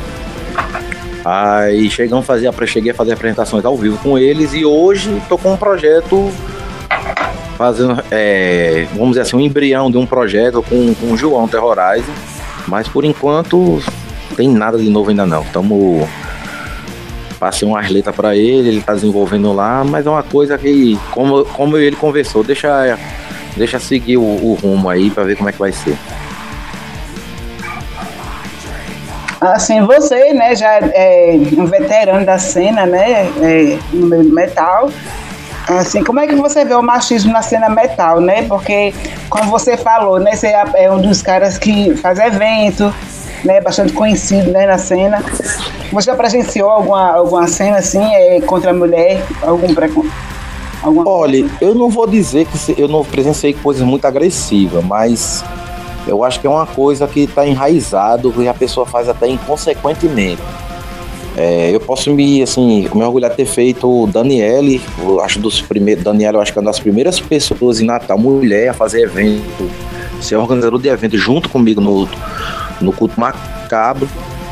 Speaker 5: Aí chegamos a fazer, cheguei a fazer apresentações ao vivo com eles e hoje estou com um projeto fazendo, é, vamos dizer assim, um embrião de um projeto com, com o João Terrorize, mas por enquanto tem nada de novo ainda não. Estamos passei umas letras para ele, ele está desenvolvendo lá, mas é uma coisa que, como, como ele conversou, deixa, deixa seguir o, o rumo aí para ver como é que vai ser.
Speaker 3: Assim, você, né, já é um veterano da cena, né, é, no meio do metal. Assim, como é que você vê o machismo na cena metal, né? Porque, como você falou, né, você é um dos caras que faz evento, né, bastante conhecido, né, na cena. Você já presenciou alguma, alguma cena assim, é, contra a mulher? Algum preconceito?
Speaker 5: Olha, eu não vou dizer que eu não presenciei coisas muito agressivas, mas eu acho que é uma coisa que está enraizado e a pessoa faz até inconsequentemente. É, eu posso me, assim, me orgulhar de ter feito o Daniele, eu acho dos primeiros, Daniele, eu acho que é uma das primeiras pessoas em Natal, mulher, a fazer evento, ser organizador de evento junto comigo no, no Culto Macabro.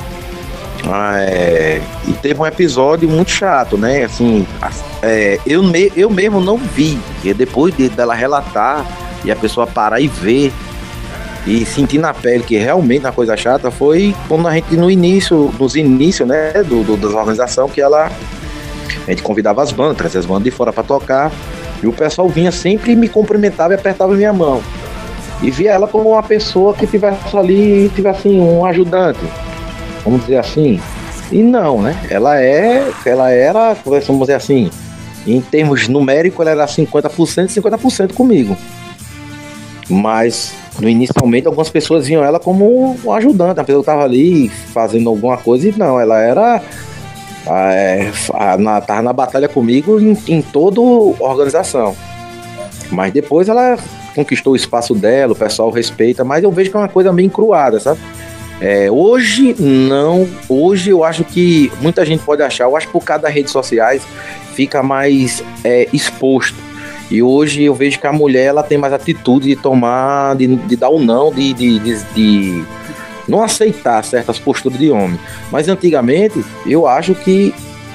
Speaker 5: É, e teve um episódio muito chato, né? Assim, é, eu, me, eu mesmo não vi, e depois de, dela relatar e a pessoa parar e ver e sentir na pele que realmente a coisa chata foi quando a gente no início, nos inícios, né, do, do, das organizações, que ela, a gente convidava as bandas, trazia as bandas de fora pra tocar, e o pessoal vinha sempre e me cumprimentava e apertava minha mão, e via ela como uma pessoa que tivesse ali, tivesse assim, um ajudante, vamos dizer assim, e não, né, ela é, ela era, vamos dizer assim, em termos numéricos, ela era cinquenta por cento, cinquenta por cento comigo, mas no, inicialmente algumas pessoas viam ela como um ajudante, a pessoa estava ali fazendo alguma coisa e não, ela era é, a, na, tava na batalha comigo em, em toda a organização, mas depois ela conquistou o espaço dela, o pessoal respeita, mas eu vejo que é uma coisa meio encruada, sabe? É, hoje não, hoje eu acho que muita gente pode achar, eu acho que por causa das redes sociais fica mais é, exposto. E hoje eu vejo que a mulher ela tem mais atitude de tomar, de, de dar o não, de, de, de, de não aceitar certas posturas de homem. Mas antigamente eu acho que,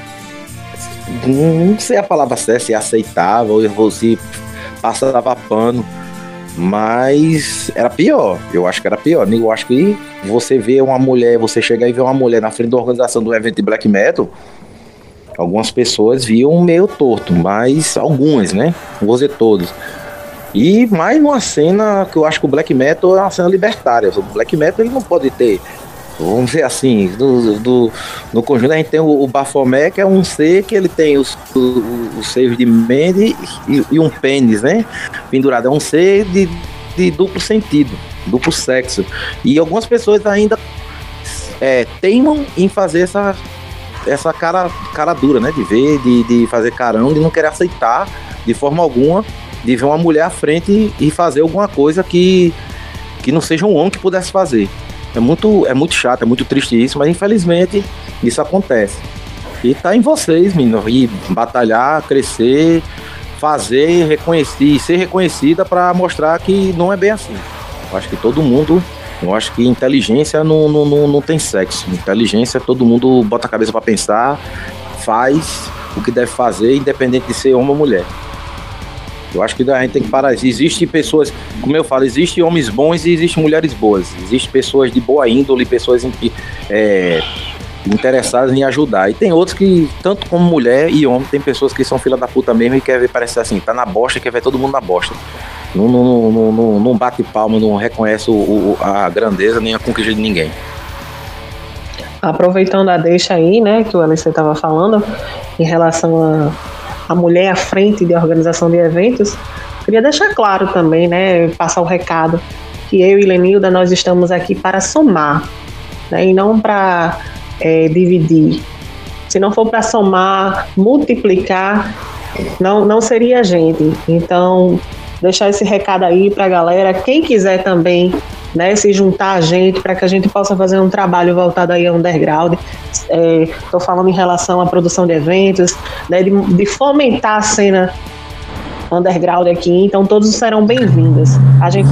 Speaker 5: não sei a palavra certa, se aceitava ou se passava pano, mas era pior. Eu acho que era pior. Eu acho que você vê uma mulher, você chegar e ver uma mulher na frente da organização do evento de black metal, algumas pessoas viam meio torto, mas algumas, né? Não vou dizer todos. E mais uma cena que eu acho que o black metal é uma cena libertária. O black metal ele não pode ter, vamos dizer assim, do, do, no conjunto a gente tem o, o Baphomet, que é um ser que ele tem os, os, os seios de Mandy e, e um pênis, né? Pendurado. É um ser de, de duplo sentido, duplo sexo. E algumas pessoas ainda é, teimam em fazer essa, essa cara, cara dura, né? De ver, de, de fazer carão, de não querer aceitar de forma alguma, de ver uma mulher à frente e fazer alguma coisa que, que não seja um homem que pudesse fazer. É muito, é muito chato, é muito triste isso, mas infelizmente isso acontece. E tá em vocês, menino, ir batalhar, crescer, fazer, reconhecer, ser reconhecida para mostrar que não é bem assim. Eu acho que todo mundo, eu acho que inteligência não, não, não, não tem sexo. Inteligência, todo mundo bota a cabeça para pensar, faz o que deve fazer, independente de ser homem ou mulher. Eu acho que a gente tem que parar. Existem pessoas, como eu falo, existem homens bons e existem mulheres boas. Existem pessoas de boa índole, pessoas em, é, interessadas em ajudar. E tem outros que, tanto como mulher e homem, tem pessoas que são filha da puta mesmo e quer ver, parece assim, tá na bosta, quer ver todo mundo na bosta. Não, não, não, não, não bate palma, não reconhece o, o, a grandeza nem a conquista de ninguém.
Speaker 4: Aproveitando a deixa aí, né, que o L C estava falando, em relação a a mulher à frente de organização de eventos, queria deixar claro também, né, passar o recado, que eu e Lenilda, nós estamos aqui para somar, né, e não para é, dividir. Se não for para somar, multiplicar, não, não seria a gente. Então, deixar esse recado aí para a galera, quem quiser também, né, se juntar a gente para que a gente possa fazer um trabalho voltado aí ao underground. Estou é, falando em relação à produção de eventos, né, de, de fomentar a cena underground aqui, então todos serão bem-vindos. A gente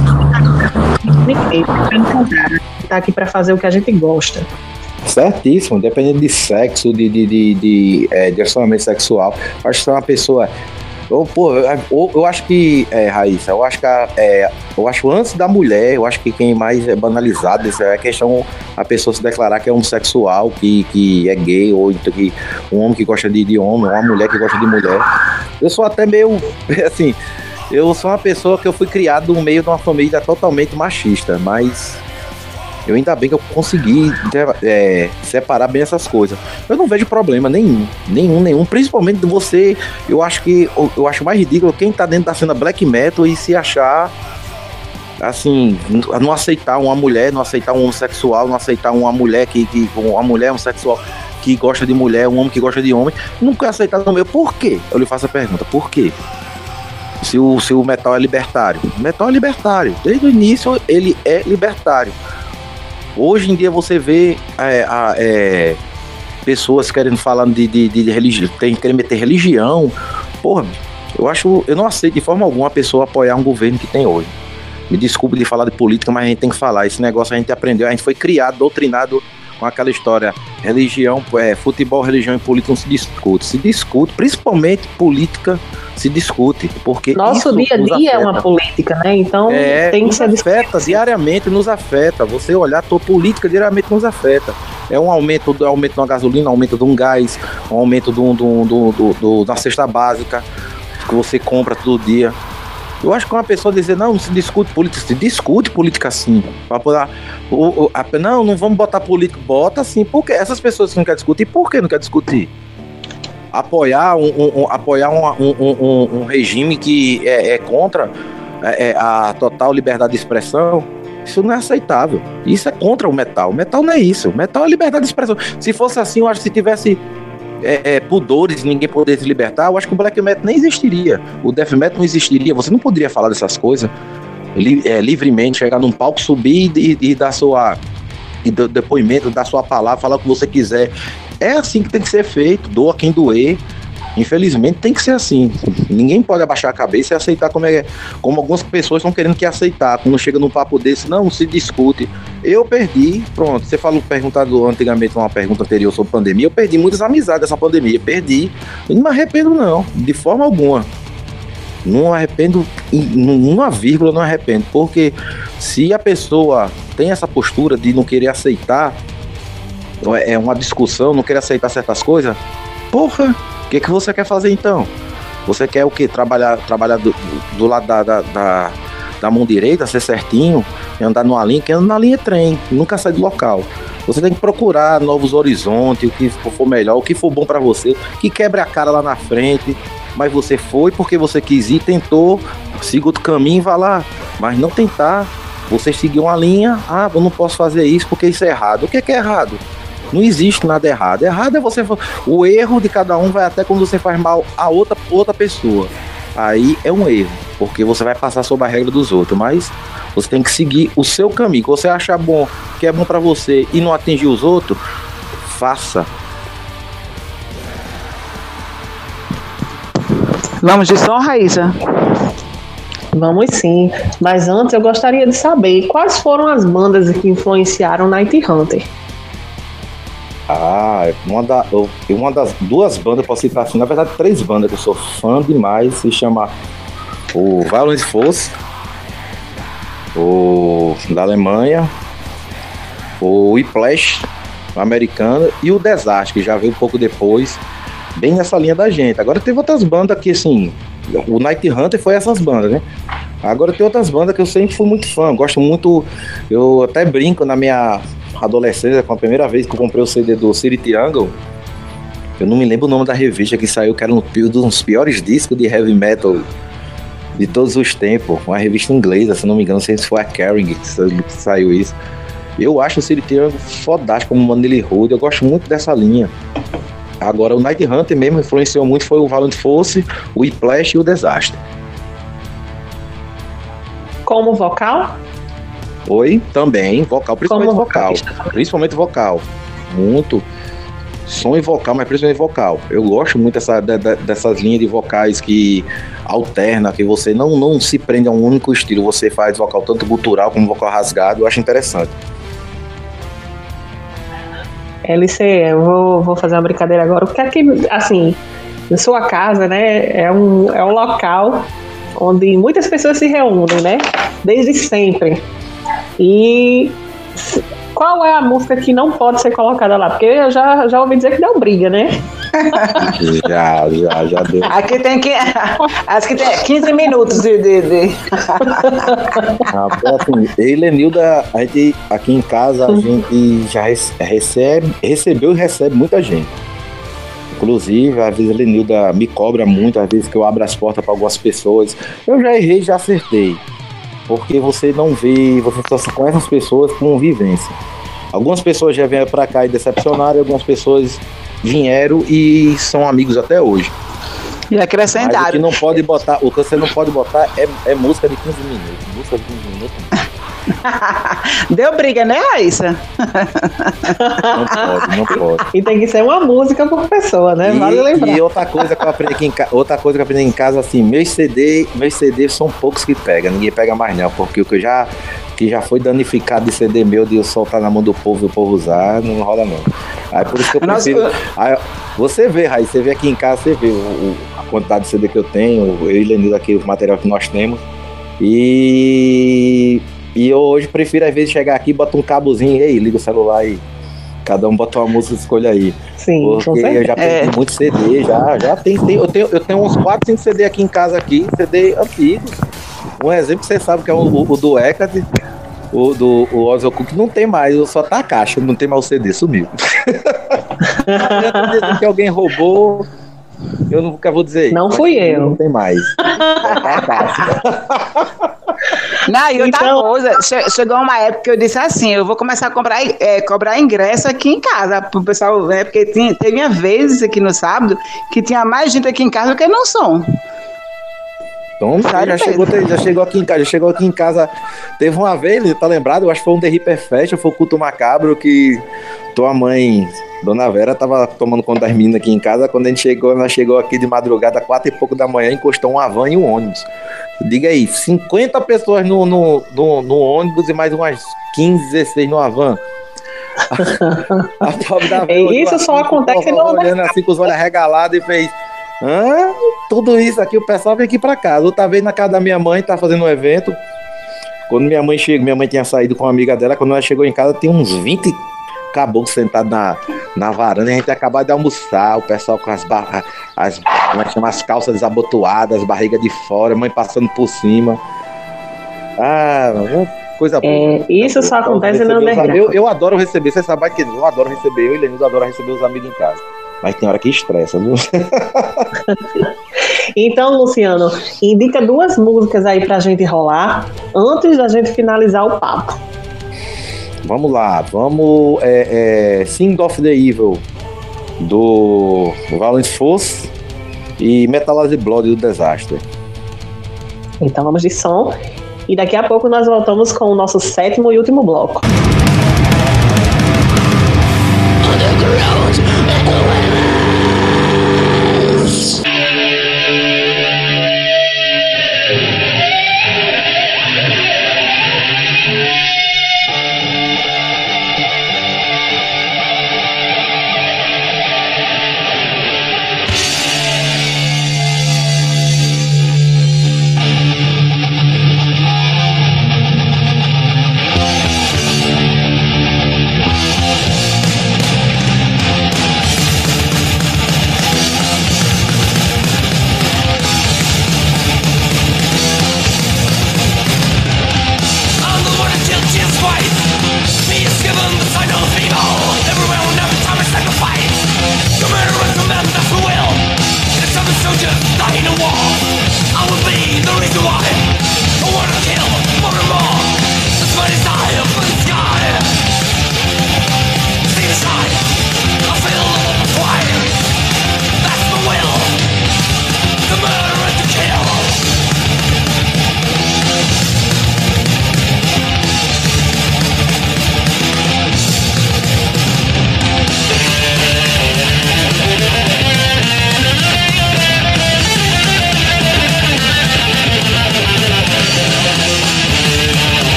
Speaker 4: está aqui para fazer o que a gente gosta.
Speaker 5: Certíssimo, dependendo de sexo, de, de, de, de, é, de relacionamento sexual. Acho que você é uma pessoa. Eu, pô, eu, eu acho que, é, Raíssa, eu acho que a, é, eu acho antes da mulher, eu acho que quem mais é banalizado isso é a questão, a pessoa se declarar que é homossexual, que, que é gay, ou que um homem que gosta de, de homem, ou uma mulher que gosta de mulher. Eu sou até meio, assim, eu sou uma pessoa que eu fui criado no meio de uma família totalmente machista, mas eu ainda bem que eu consegui é, separar bem essas coisas. Eu não vejo problema nenhum, nenhum, nenhum. Principalmente de você, eu acho que eu acho mais ridículo quem tá dentro da cena black metal e se achar assim, não aceitar uma mulher, não aceitar um homossexual, não aceitar uma mulher que, que uma mulher homossexual que gosta de mulher, um homem que gosta de homem, não quer aceitar no meu. Por quê? Eu lhe faço a pergunta, por quê? Se o, se o metal é libertário, o metal é libertário. Desde o início ele é libertário. Hoje em dia você vê é, é, pessoas querendo falar de, de, de religião, querendo meter religião. Porra, eu acho, eu não aceito de forma alguma a pessoa apoiar um governo que tem hoje. Me desculpe de falar de política, mas a gente tem que falar. Esse negócio a gente aprendeu, a gente foi criado, doutrinado com aquela história. Religião, é, futebol, religião e política não se discute. Se discute, principalmente política, se discute. Porque
Speaker 4: nosso
Speaker 5: isso
Speaker 4: dia a dia é uma política, né? Então
Speaker 5: é,
Speaker 4: tem que ser
Speaker 5: afeta, diariamente nos afeta. Você olhar, a tua política diariamente nos afeta. É um aumento, um aumento da gasolina, um aumento de um gás, um aumento do, do, do, do, do, da cesta básica que você compra todo dia. Eu acho que uma pessoa dizer, não, não se discute política, se discute política sim. Pra poder, o, o, a, não, não vamos botar política, bota sim. Por quê? Essas pessoas que não querem discutir, por que não querem discutir? Apoiar um, um, um, apoiar um, um, um, um regime que é, é contra é, é, a total liberdade de expressão, isso não é aceitável. Isso é contra o metal. O metal não é isso. O metal é liberdade de expressão. Se fosse assim, eu acho que se tivesse É, é, pudores, ninguém poderia se libertar, eu acho que o black metal nem existiria, o death metal não existiria, você não poderia falar dessas coisas li, é, livremente, chegar num palco, subir e, e dar sua e do, depoimento, dar sua palavra, falar o que você quiser. É assim que tem que ser feito, doa quem doer. Infelizmente tem que ser assim. Ninguém pode abaixar a cabeça e aceitar como é, como algumas pessoas estão querendo que aceitar. Quando chega num papo desse, não se discute. Eu perdi, pronto, você falou, perguntado antigamente uma pergunta anterior sobre pandemia, eu perdi muitas amizades dessa pandemia, perdi. E não me arrependo não, de forma alguma. Não me arrependo, numa vírgula não me arrependo, porque se a pessoa tem essa postura de não querer aceitar, é uma discussão, não querer aceitar certas coisas, porra, o que, que você quer fazer então? Você quer o quê? Trabalhar, trabalhar do, do lado da, da, da, da mão direita, ser certinho, e andar numa linha, que anda na linha é trem, nunca sai do local. Você tem que procurar novos horizontes, o que for melhor, o que for bom pra você, que quebre a cara lá na frente, mas você foi porque você quis ir, tentou, siga outro caminho e vá lá, mas não tentar, você seguir uma linha, ah, eu não posso fazer isso porque isso é errado. O que é que é errado? Não existe nada errado. Errado é você... O erro de cada um vai até quando você faz mal a outra, outra pessoa. Aí é um erro, porque você vai passar sob a regra dos outros, mas você tem que seguir o seu caminho. Que você achar bom, que é bom pra você e não atingir os outros, faça.
Speaker 3: Vamos de som, Raíssa?
Speaker 4: Vamos sim, mas antes eu gostaria de saber quais foram as bandas que influenciaram Night Hunter.
Speaker 5: Ah, uma, da, eu, uma das duas bandas, eu posso citar assim, na verdade três bandas que eu sou fã demais, se chama o Violent Force, o da Alemanha, o Whiplash, o americano, e o Desastre, que já veio um pouco depois, bem nessa linha da gente. Agora teve outras bandas que, assim, o Night Hunter foi essas bandas, né? Agora tem outras bandas que eu sempre fui muito fã, gosto muito, eu até brinco na minha adolescência, com a primeira vez que eu comprei o C D do City Triangle, eu não me lembro o nome da revista que saiu, que era um dos piores discos de heavy metal de todos os tempos, uma revista inglesa, se não me engano, não sei se foi a Kerrang que saiu isso. Eu acho o City Triangle fodástico como Manly Road, eu gosto muito dessa linha. Agora o Night Hunter mesmo influenciou muito, foi o Violent Force, o Whiplash e o Desastre.
Speaker 4: Como vocal?
Speaker 5: Oi, também, vocal, principalmente
Speaker 4: Como
Speaker 5: vocal, principalmente vocal, muito, som e vocal, mas principalmente vocal. Eu gosto muito dessa, de, de, dessas linhas de vocais que alterna, que você não, não se prende a um único estilo, você faz vocal tanto gutural como vocal rasgado, eu acho interessante.
Speaker 4: L C, eu vou, vou fazer uma brincadeira agora, porque aqui, assim, na sua casa, né, é um, é um local onde muitas pessoas se reúnem, né, desde sempre. E qual é a música que não pode ser colocada lá? Porque eu já, já ouvi dizer que deu briga, né?
Speaker 5: Já, já, já deu.
Speaker 3: Aqui tem que. Acho que tem quinze minutos de. de, de...
Speaker 5: Ah, assim, eu e Lenilda, a gente, aqui em casa, a gente já recebe, recebeu e recebe muita gente. Inclusive, às vezes a Lenilda me cobra muito, às vezes que eu abro as portas para algumas pessoas. Eu já errei, já acertei. Porque você não vê, você só conhece as pessoas com vivência. Algumas pessoas já vieram pra cá e decepcionaram, algumas pessoas vieram e são amigos até hoje.
Speaker 3: E acrescentaram.
Speaker 5: Mas o que não pode botar, o que você não pode botar é, é música de quinze minutos. Música de quinze minutos.
Speaker 3: Deu briga, né, Raíssa?
Speaker 5: Não pode, não pode.
Speaker 4: E tem que ser uma música por pessoa, né?
Speaker 5: E,
Speaker 4: vale lembrar.
Speaker 5: E outra coisa que eu aprendi aqui em casa, outra coisa que eu aprendi em casa, assim, meus C D, meus C D são poucos que pegam, ninguém pega mais não, porque o que eu já, que já foi danificado de C D meu, de eu soltar na mão do povo e o povo usar, não rola não. Aí por isso que eu prefiro.
Speaker 3: Nossa,
Speaker 5: aí, você vê, Raí, você vê aqui em casa, você vê o, o, a quantidade de C D que eu tenho, eu e Lenilda aqui, o material que nós temos. E. E eu hoje prefiro, às vezes, chegar aqui, botar um cabozinho, ei, liga o celular aí. Cada um bota uma música, escolha aí.
Speaker 4: Sim,
Speaker 5: porque eu já tenho é. muito C D, já, já tem, tem, eu, tenho, eu tenho uns quatro, cinco C D aqui em casa, aqui, C D antigos. Um exemplo, você sabe que é o, o, o do Hecate, o do o Ozzy Cook, não tem mais, só tá a caixa, não tem mais o C D, sumiu. Que alguém roubou, eu nunca vou dizer isso.
Speaker 4: Não fui eu.
Speaker 5: Não tem mais. Só tá a caixa.
Speaker 3: Não, e outra
Speaker 4: Então-
Speaker 3: coisa, che- chegou uma época que eu disse assim, eu vou começar a comprar, é, cobrar ingresso aqui em casa, pro pessoal, né, porque tinha, teve vezes aqui no sábado que tinha mais gente aqui em casa do que no som.
Speaker 5: Então,
Speaker 3: Sério
Speaker 5: já chegou,
Speaker 3: mesmo?
Speaker 5: já chegou aqui em casa, já chegou aqui em casa. Teve uma vez, tá lembrado? Eu acho que foi um The Reaper Fest, foi o culto macabro que tua mãe, Dona Vera, tava tomando conta das meninas aqui em casa. Quando a gente chegou, ela chegou aqui de madrugada, quatro e pouco da manhã, encostou uma van e um ônibus. Diga aí, cinquenta pessoas no, no, no, no ônibus e mais umas quinze, dezesseis numa van. A pobre da van olhou
Speaker 4: Isso só
Speaker 5: assim,
Speaker 4: acontece
Speaker 5: com-
Speaker 4: no-
Speaker 5: olhando assim com os olhos arregalados e fez: hã? Tudo isso aqui, o pessoal vem aqui pra casa. Outra vez na casa da minha mãe, tá fazendo um evento. Quando minha mãe chegou, minha mãe tinha saído com uma amiga dela. Quando ela chegou em casa, tem uns vinte caboclos sentados na, na varanda. A gente acabou de almoçar, o pessoal com as, ba- as como é que chama? As calças desabotoadas, barriga de fora, mãe passando por cima. Ah, coisa boa.
Speaker 4: É, isso só
Speaker 5: então,
Speaker 4: acontece no underground.
Speaker 5: Eu, eu adoro receber, você sabe que eu adoro receber, eu e Lenildo adoro receber os amigos em casa. Mas tem hora que estressa, viu?
Speaker 4: Então, Luciano, indica duas músicas aí pra gente rolar antes da gente finalizar o papo.
Speaker 5: Vamos lá, vamos. É, é, Sing of the Evil, do Valence Force, e Metallized Blood, do Disaster.
Speaker 4: Então vamos de som. E daqui a pouco nós voltamos com o nosso sétimo e último bloco.
Speaker 6: Underground Echoes.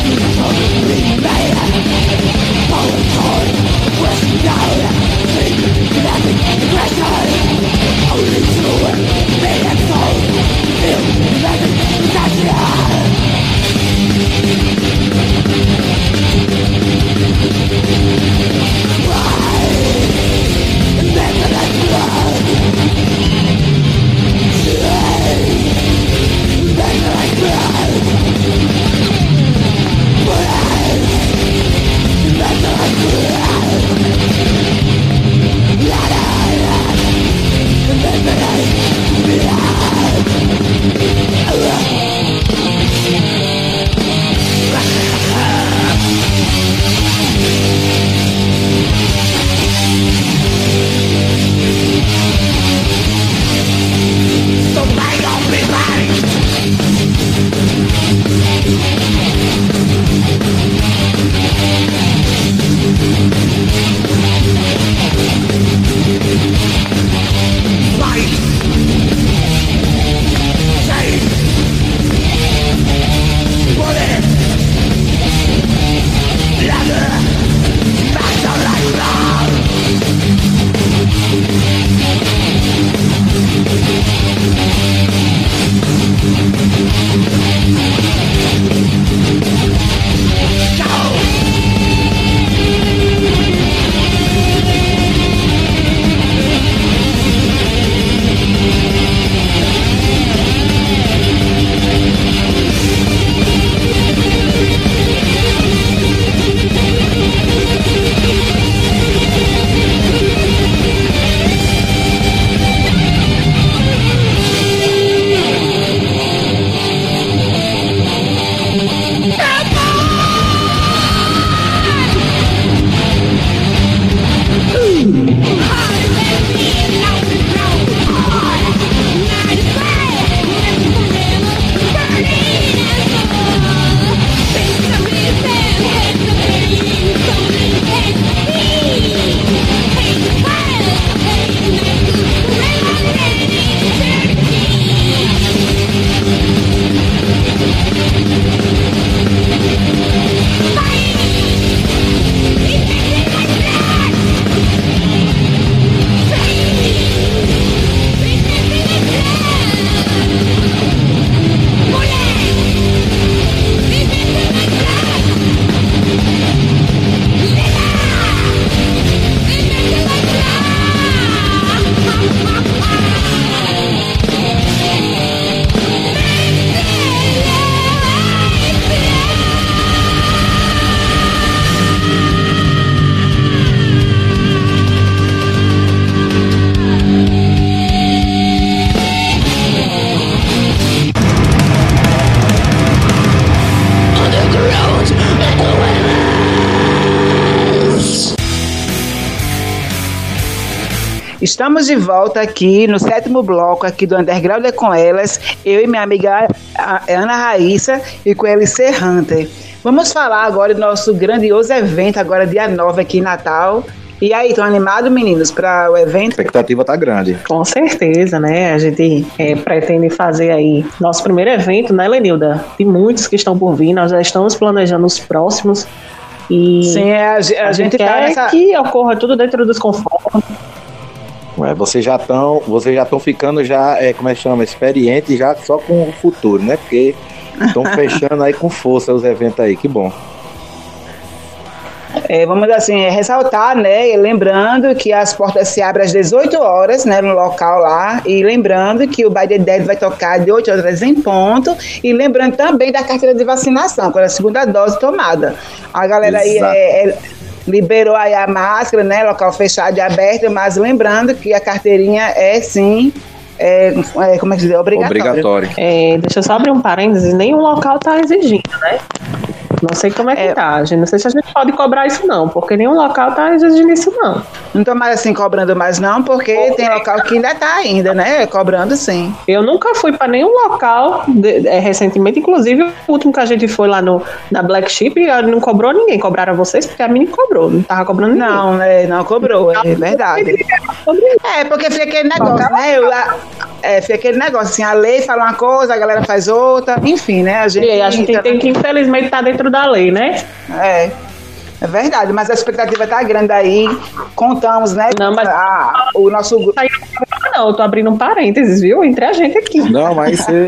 Speaker 3: Estamos de volta aqui no sétimo bloco aqui do Underground é com elas, eu e minha amiga Ana Raíssa e com L C Hunter. Vamos falar agora do nosso grandioso evento, agora dia nove aqui em Natal. E aí, estão animados, meninos, para o evento?
Speaker 5: A expectativa tá grande.
Speaker 4: Com certeza, né? A gente é, pretende fazer aí nosso primeiro evento, né, Lenilda? Tem muitos que estão por vir, nós já estamos planejando os próximos. E
Speaker 3: sim, a, a, a gente, gente quer tá nessa...
Speaker 4: que ocorra tudo dentro dos confortos.
Speaker 5: É, vocês já estão vocês já estão ficando já, é, como é que chama, experientes já só com o futuro, né? Porque estão fechando aí com força os eventos aí, que bom.
Speaker 3: É, vamos assim, ressaltar, né, lembrando que as portas se abrem às dezoito horas, né, no local lá, e lembrando que o By the Dead vai tocar de oito horas em ponto, e lembrando também da carteira de vacinação, com a segunda dose tomada. A galera Exato. aí é, é, liberou aí a máscara, né, local fechado e aberto, mas lembrando que a carteirinha é sim, é, é, como é que se diz, obrigatória.
Speaker 5: Obrigatório.
Speaker 4: É, deixa eu só abrir um parênteses, nenhum local está exigindo, né? Não sei como é que é. tá, gente. Não sei se a gente pode cobrar isso não, porque nenhum local tá exigindo isso não.
Speaker 3: Não tô mais assim cobrando mais não, porque okay. tem local que ainda tá ainda, né? Cobrando sim.
Speaker 4: Eu nunca fui pra nenhum local de, é, recentemente, inclusive o último que a gente foi lá no, na Black Sheep, não cobrou ninguém. Cobraram vocês porque a menina cobrou, não tava cobrando ninguém.
Speaker 3: Não, é, não cobrou, é verdade. É, porque fica aquele negócio, né? Eu, a, é, fica aquele negócio assim, a lei fala uma coisa, a galera faz outra, enfim, né? A gente,
Speaker 4: e aí, a gente tem que, infelizmente, estar tá dentro da lei, né?
Speaker 3: É. É verdade, mas a expectativa tá grande aí. Contamos, né?
Speaker 4: Não, mas
Speaker 3: a, o nosso grupo.
Speaker 4: Não, eu tô abrindo um parênteses, viu? Entre a gente aqui.
Speaker 5: Não, mas você.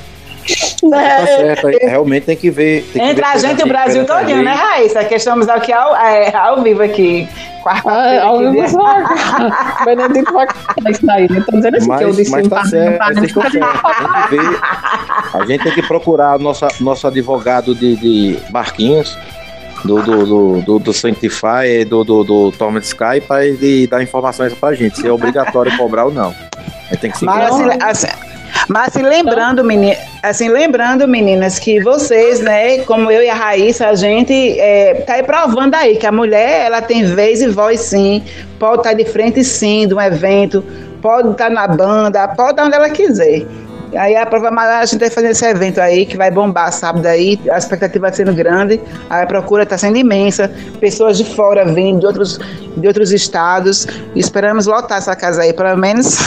Speaker 5: Tá certo, aí realmente tem que ver. Tem que
Speaker 3: Entre
Speaker 5: ver
Speaker 3: a gente e o Brasil todinho, né, Raíssa? Que estamos aqui ao, é, ao vivo aqui.
Speaker 4: Ah, ao vivo só. O Benedito vai contar isso daí. Eu tô dizendo assim,
Speaker 5: mas,
Speaker 4: que eu disse
Speaker 5: mas
Speaker 4: um
Speaker 5: tá certo, mas vocês estão certos. Tem que ver. A gente tem que procurar nossa, nosso advogado de, de Marquinhos, do, do, do, do, do Sanctify, do, do, do Torment Sky, para ele dar informações pra gente, se é obrigatório cobrar ou não. Aí tem que seguir.
Speaker 3: Mas, assim, assim, mas assim, lembrando, meni, assim, lembrando, meninas, que vocês, né, como eu e a Raíssa, a gente é, tá aí provando aí que a mulher, ela tem vez e voz sim, pode estar de frente sim de um evento, pode estar na banda, pode estar onde ela quiser. Aí a prova maior, a gente vai fazer esse evento aí, que vai bombar sábado aí, a expectativa está sendo grande, a procura está sendo imensa, pessoas de fora vindo, de outros, de outros estados, e esperamos lotar essa casa aí, pelo menos.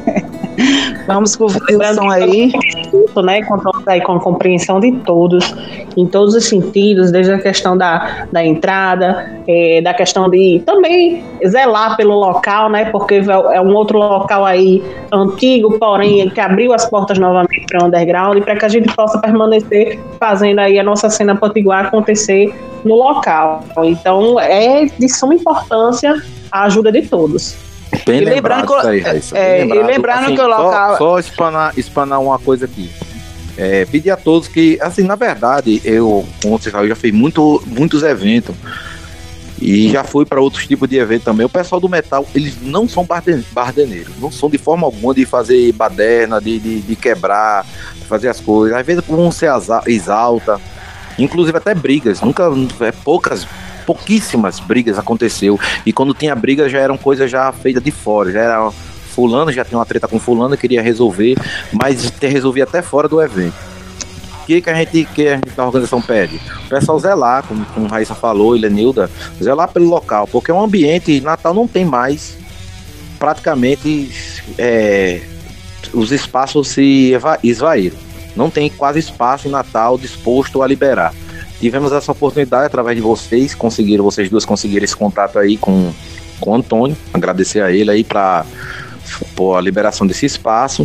Speaker 3: Vamos com o som aí.
Speaker 4: Né, contamos aí com a compreensão de todos, em todos os sentidos, desde a questão da, da entrada, é, da questão de também zelar pelo local, né, porque é um outro local aí antigo, porém, que abriu as portas novamente para o underground e para que a gente possa permanecer fazendo aí a nossa cena potiguar acontecer no local. Então, é de suma importância a ajuda de todos.
Speaker 5: Bem
Speaker 3: e
Speaker 5: lembrado
Speaker 3: lembrando,
Speaker 5: aí, Raíssa,
Speaker 3: é,
Speaker 5: lembrado.
Speaker 3: E lembrando
Speaker 5: assim,
Speaker 3: que o local...
Speaker 5: Só, só espanar, espanar uma coisa aqui. É, pedir a todos que, assim, na verdade, eu, como você sabe, eu já fiz muito, muitos eventos e já fui para outros tipos de eventos também. O pessoal do metal, eles não são bardeneiros, não são de forma alguma de fazer baderna, de, de, de quebrar, de fazer as coisas. Às vezes um se exalta, inclusive até brigas, nunca, é poucas pouquíssimas brigas aconteceu, e quando tinha briga já eram coisas já feitas de fora, já era fulano, já tinha uma treta com fulano, queria resolver, mas ter resolvido até fora do evento. O que, que a gente, que a gente da organização pede? O pessoal zelar, como, como a Raíssa falou, e Lenilda, zelar pelo local, porque é um ambiente, Natal não tem mais praticamente é, os espaços se esvaíram, não tem quase espaço em Natal disposto a liberar. Tivemos essa oportunidade através de vocês, conseguiram, vocês duas conseguiram esse contato aí com, com o Antônio, agradecer a ele aí para a liberação desse espaço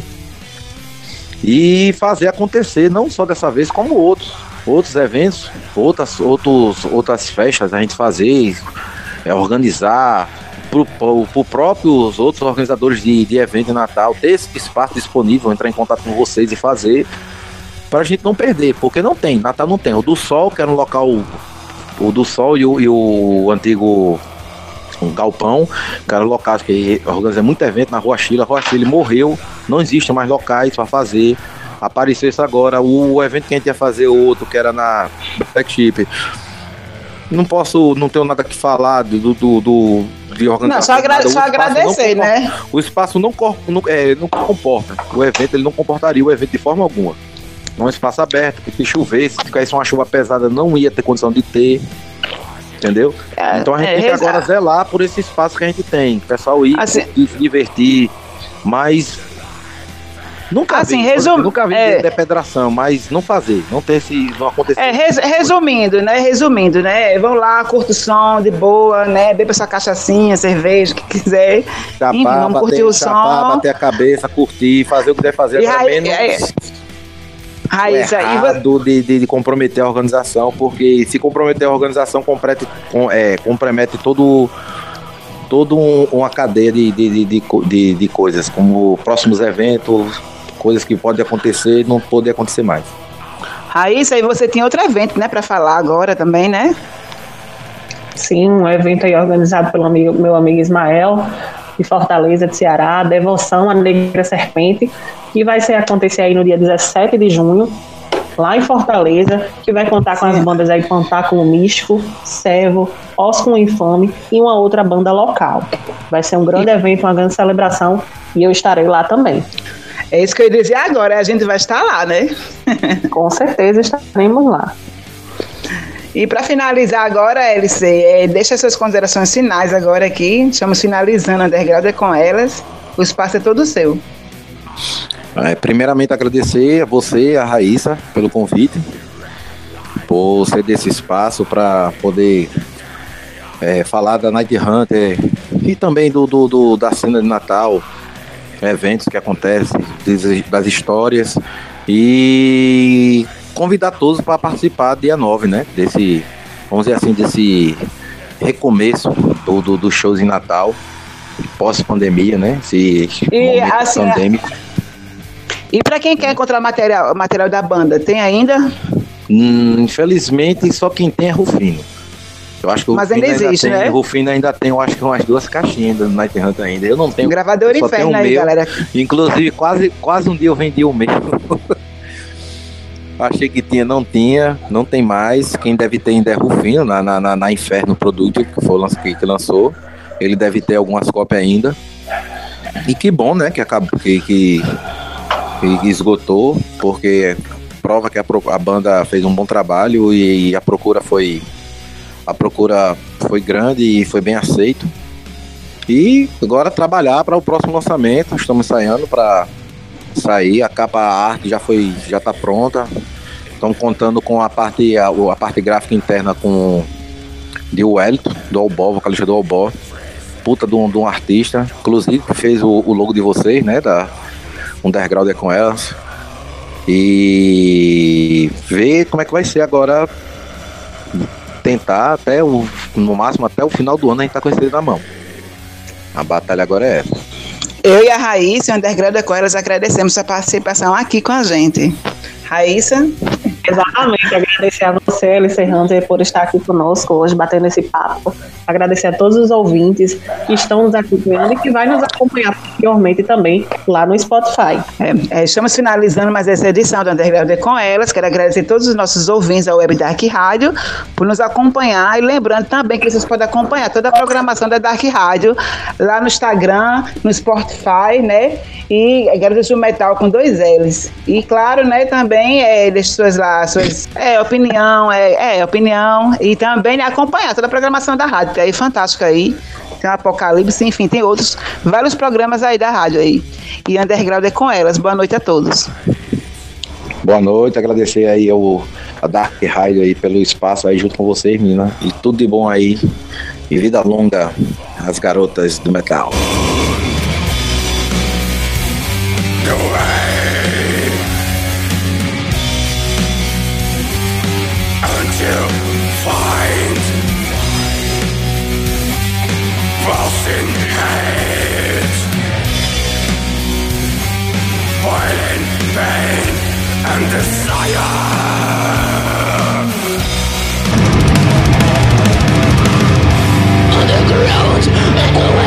Speaker 5: e fazer acontecer, não só dessa vez, como outros, outros eventos, outras, outros, outras festas a gente fazer, é, organizar, para os próprios outros organizadores de, de evento de Natal, ter esse espaço disponível, entrar em contato com vocês e fazer, para a gente não perder, porque não tem, Natal não tem. O do Sol, que era um local, o do Sol e o, e o antigo um galpão, que era locais que organiza muito evento na Rua Chile. A Rua Chile morreu, não existem mais locais para fazer. Apareceu isso agora, o, o evento que a gente ia fazer, outro, que era na Black Chip. Não posso, não tenho nada que falar do, do, do de organização.
Speaker 3: Não, só, agra- só agradecer,
Speaker 5: não,
Speaker 3: né?
Speaker 5: O espaço não, não, é, não comporta, o evento ele não comportaria o evento de forma alguma. Num espaço aberto, porque se chover, se caísse uma chuva pesada, não ia ter condição de ter, entendeu? É, então a gente é, tem que agora zelar por esse espaço que a gente tem, o pessoal ir, assim, se divertir, mas nunca
Speaker 3: assim,
Speaker 5: vi,
Speaker 3: resum...
Speaker 5: nunca vi
Speaker 3: é...
Speaker 5: depedração, mas não fazer, não ter esse, não acontecer.
Speaker 3: É, res, resumindo, né, resumindo, né, vão lá, curta o som de boa, né, beba sua cachaçinha, cerveja, o que quiser,
Speaker 5: chapar,
Speaker 3: enfim, vamos
Speaker 5: bater,
Speaker 3: curtir o
Speaker 5: chapar,
Speaker 3: som.
Speaker 5: bater a cabeça, curtir, fazer o que deve fazer, para menos... É... Raíssa, errado de, de, de comprometer a organização, porque se comprometer a organização compromete, com, é, compromete todo, todo um, uma cadeia de, de, de, de, de coisas, como próximos eventos, coisas que podem acontecer e não poder acontecer mais.
Speaker 3: Raíssa, e você tem outro evento, né, para falar agora também, né?
Speaker 4: Sim, um evento aí organizado pelo amigo, meu amigo Ismael, de Fortaleza, de Ceará, Devoção à Negra Serpente, que vai ser acontecer aí no dia dezessete de junho, lá em Fortaleza, que vai contar com as bandas aí Pantáculo Místico, Servo, Osco Infame e uma outra banda local. Vai ser um grande evento, uma grande celebração, e eu estarei lá também.
Speaker 3: É isso que eu ia dizer agora, a gente vai estar lá, né?
Speaker 4: Com certeza estaremos lá.
Speaker 3: E para finalizar agora, L C, é, deixa suas considerações finais agora aqui. Estamos finalizando o Underground é com elas. O espaço é todo seu.
Speaker 5: É, primeiramente agradecer a você, a Raíssa, pelo convite, por ceder esse espaço para poder é, falar da Night Hunter e também do, do, do, da cena de Natal, eventos que acontecem, das histórias, e convidar todos para participar dia nove, né? Desse, vamos dizer assim, desse recomeço do, do, dos shows em Natal, pós-pandemia, né? Esse
Speaker 3: e,
Speaker 5: momento
Speaker 3: assim,
Speaker 5: pandêmico.
Speaker 3: E para quem quer encontrar material, material da banda, tem ainda?
Speaker 5: Hum, infelizmente, só quem tem é Rufino. Eu acho que o
Speaker 3: Mas ainda
Speaker 5: Rufino
Speaker 3: existe,
Speaker 5: ainda tem,
Speaker 3: né?
Speaker 5: O Rufino ainda tem, eu acho que umas duas caixinhas da Night Hunter ainda. Eu não tenho.
Speaker 3: Gravador
Speaker 5: eu só
Speaker 3: Inferno
Speaker 5: tenho o
Speaker 3: aí,
Speaker 5: meu.
Speaker 3: galera.
Speaker 5: Inclusive, quase, quase um dia eu vendi o meu. Achei que tinha, não tinha, não tem mais. Quem deve ter ainda é Rufino, na, na, na, na Inferno Product, que foi o lance que, que lançou. Ele deve ter algumas cópias ainda. E que bom, né? Que acabou, que, que, que esgotou, porque prova que a, a banda fez um bom trabalho e, e a procura foi. A procura foi grande e foi bem aceito. E agora trabalhar para o próximo lançamento. Estamos ensaiando para sair. A capa, a arte já foi, já está pronta. Estamos contando com a parte, a, a parte gráfica interna com de Wellington, do Albó, vocalista do Albó. Puta de um, de um artista, inclusive que fez o, o logo de vocês, né? Da Underground é com elas. E ver como é que vai ser agora. Tentar até o, no máximo até o final do ano a gente tá com esse na mão. A batalha agora é essa.
Speaker 3: Eu e a Raíssa, Underground com elas, agradecemos a participação aqui com a gente. Raíssa?
Speaker 4: Exatamente, agradecer a você, Alice Hunter, por estar aqui conosco hoje, batendo esse papo. Agradecer a todos os ouvintes que estão nos acompanhando e que vai nos acompanhar posteriormente também lá no Spotify.
Speaker 3: É, é, estamos finalizando mais essa edição do Underground com elas. Quero agradecer a todos os nossos ouvintes da Web Dark Rádio por nos acompanhar, e lembrando também que vocês podem acompanhar toda a programação da Dark Rádio lá no Instagram, no Spotify, né? E agradecer o Metal com dois L's. E claro, né, também é, deixe suas lá, suas é, opinião, é, é opinião, e também acompanhar toda a programação da rádio, que é aí fantástica aí. Tem o Apocalipse, enfim, tem outros, vários programas aí da rádio aí. E Underground é com elas. Boa noite a todos.
Speaker 5: Boa noite, agradecer aí ao, a Dark Rádio aí pelo espaço aí junto com vocês, menina. E tudo de bom aí. E vida longa às garotas do metal.
Speaker 6: Until find pulsing heads, violent pain and desire. Underground echo.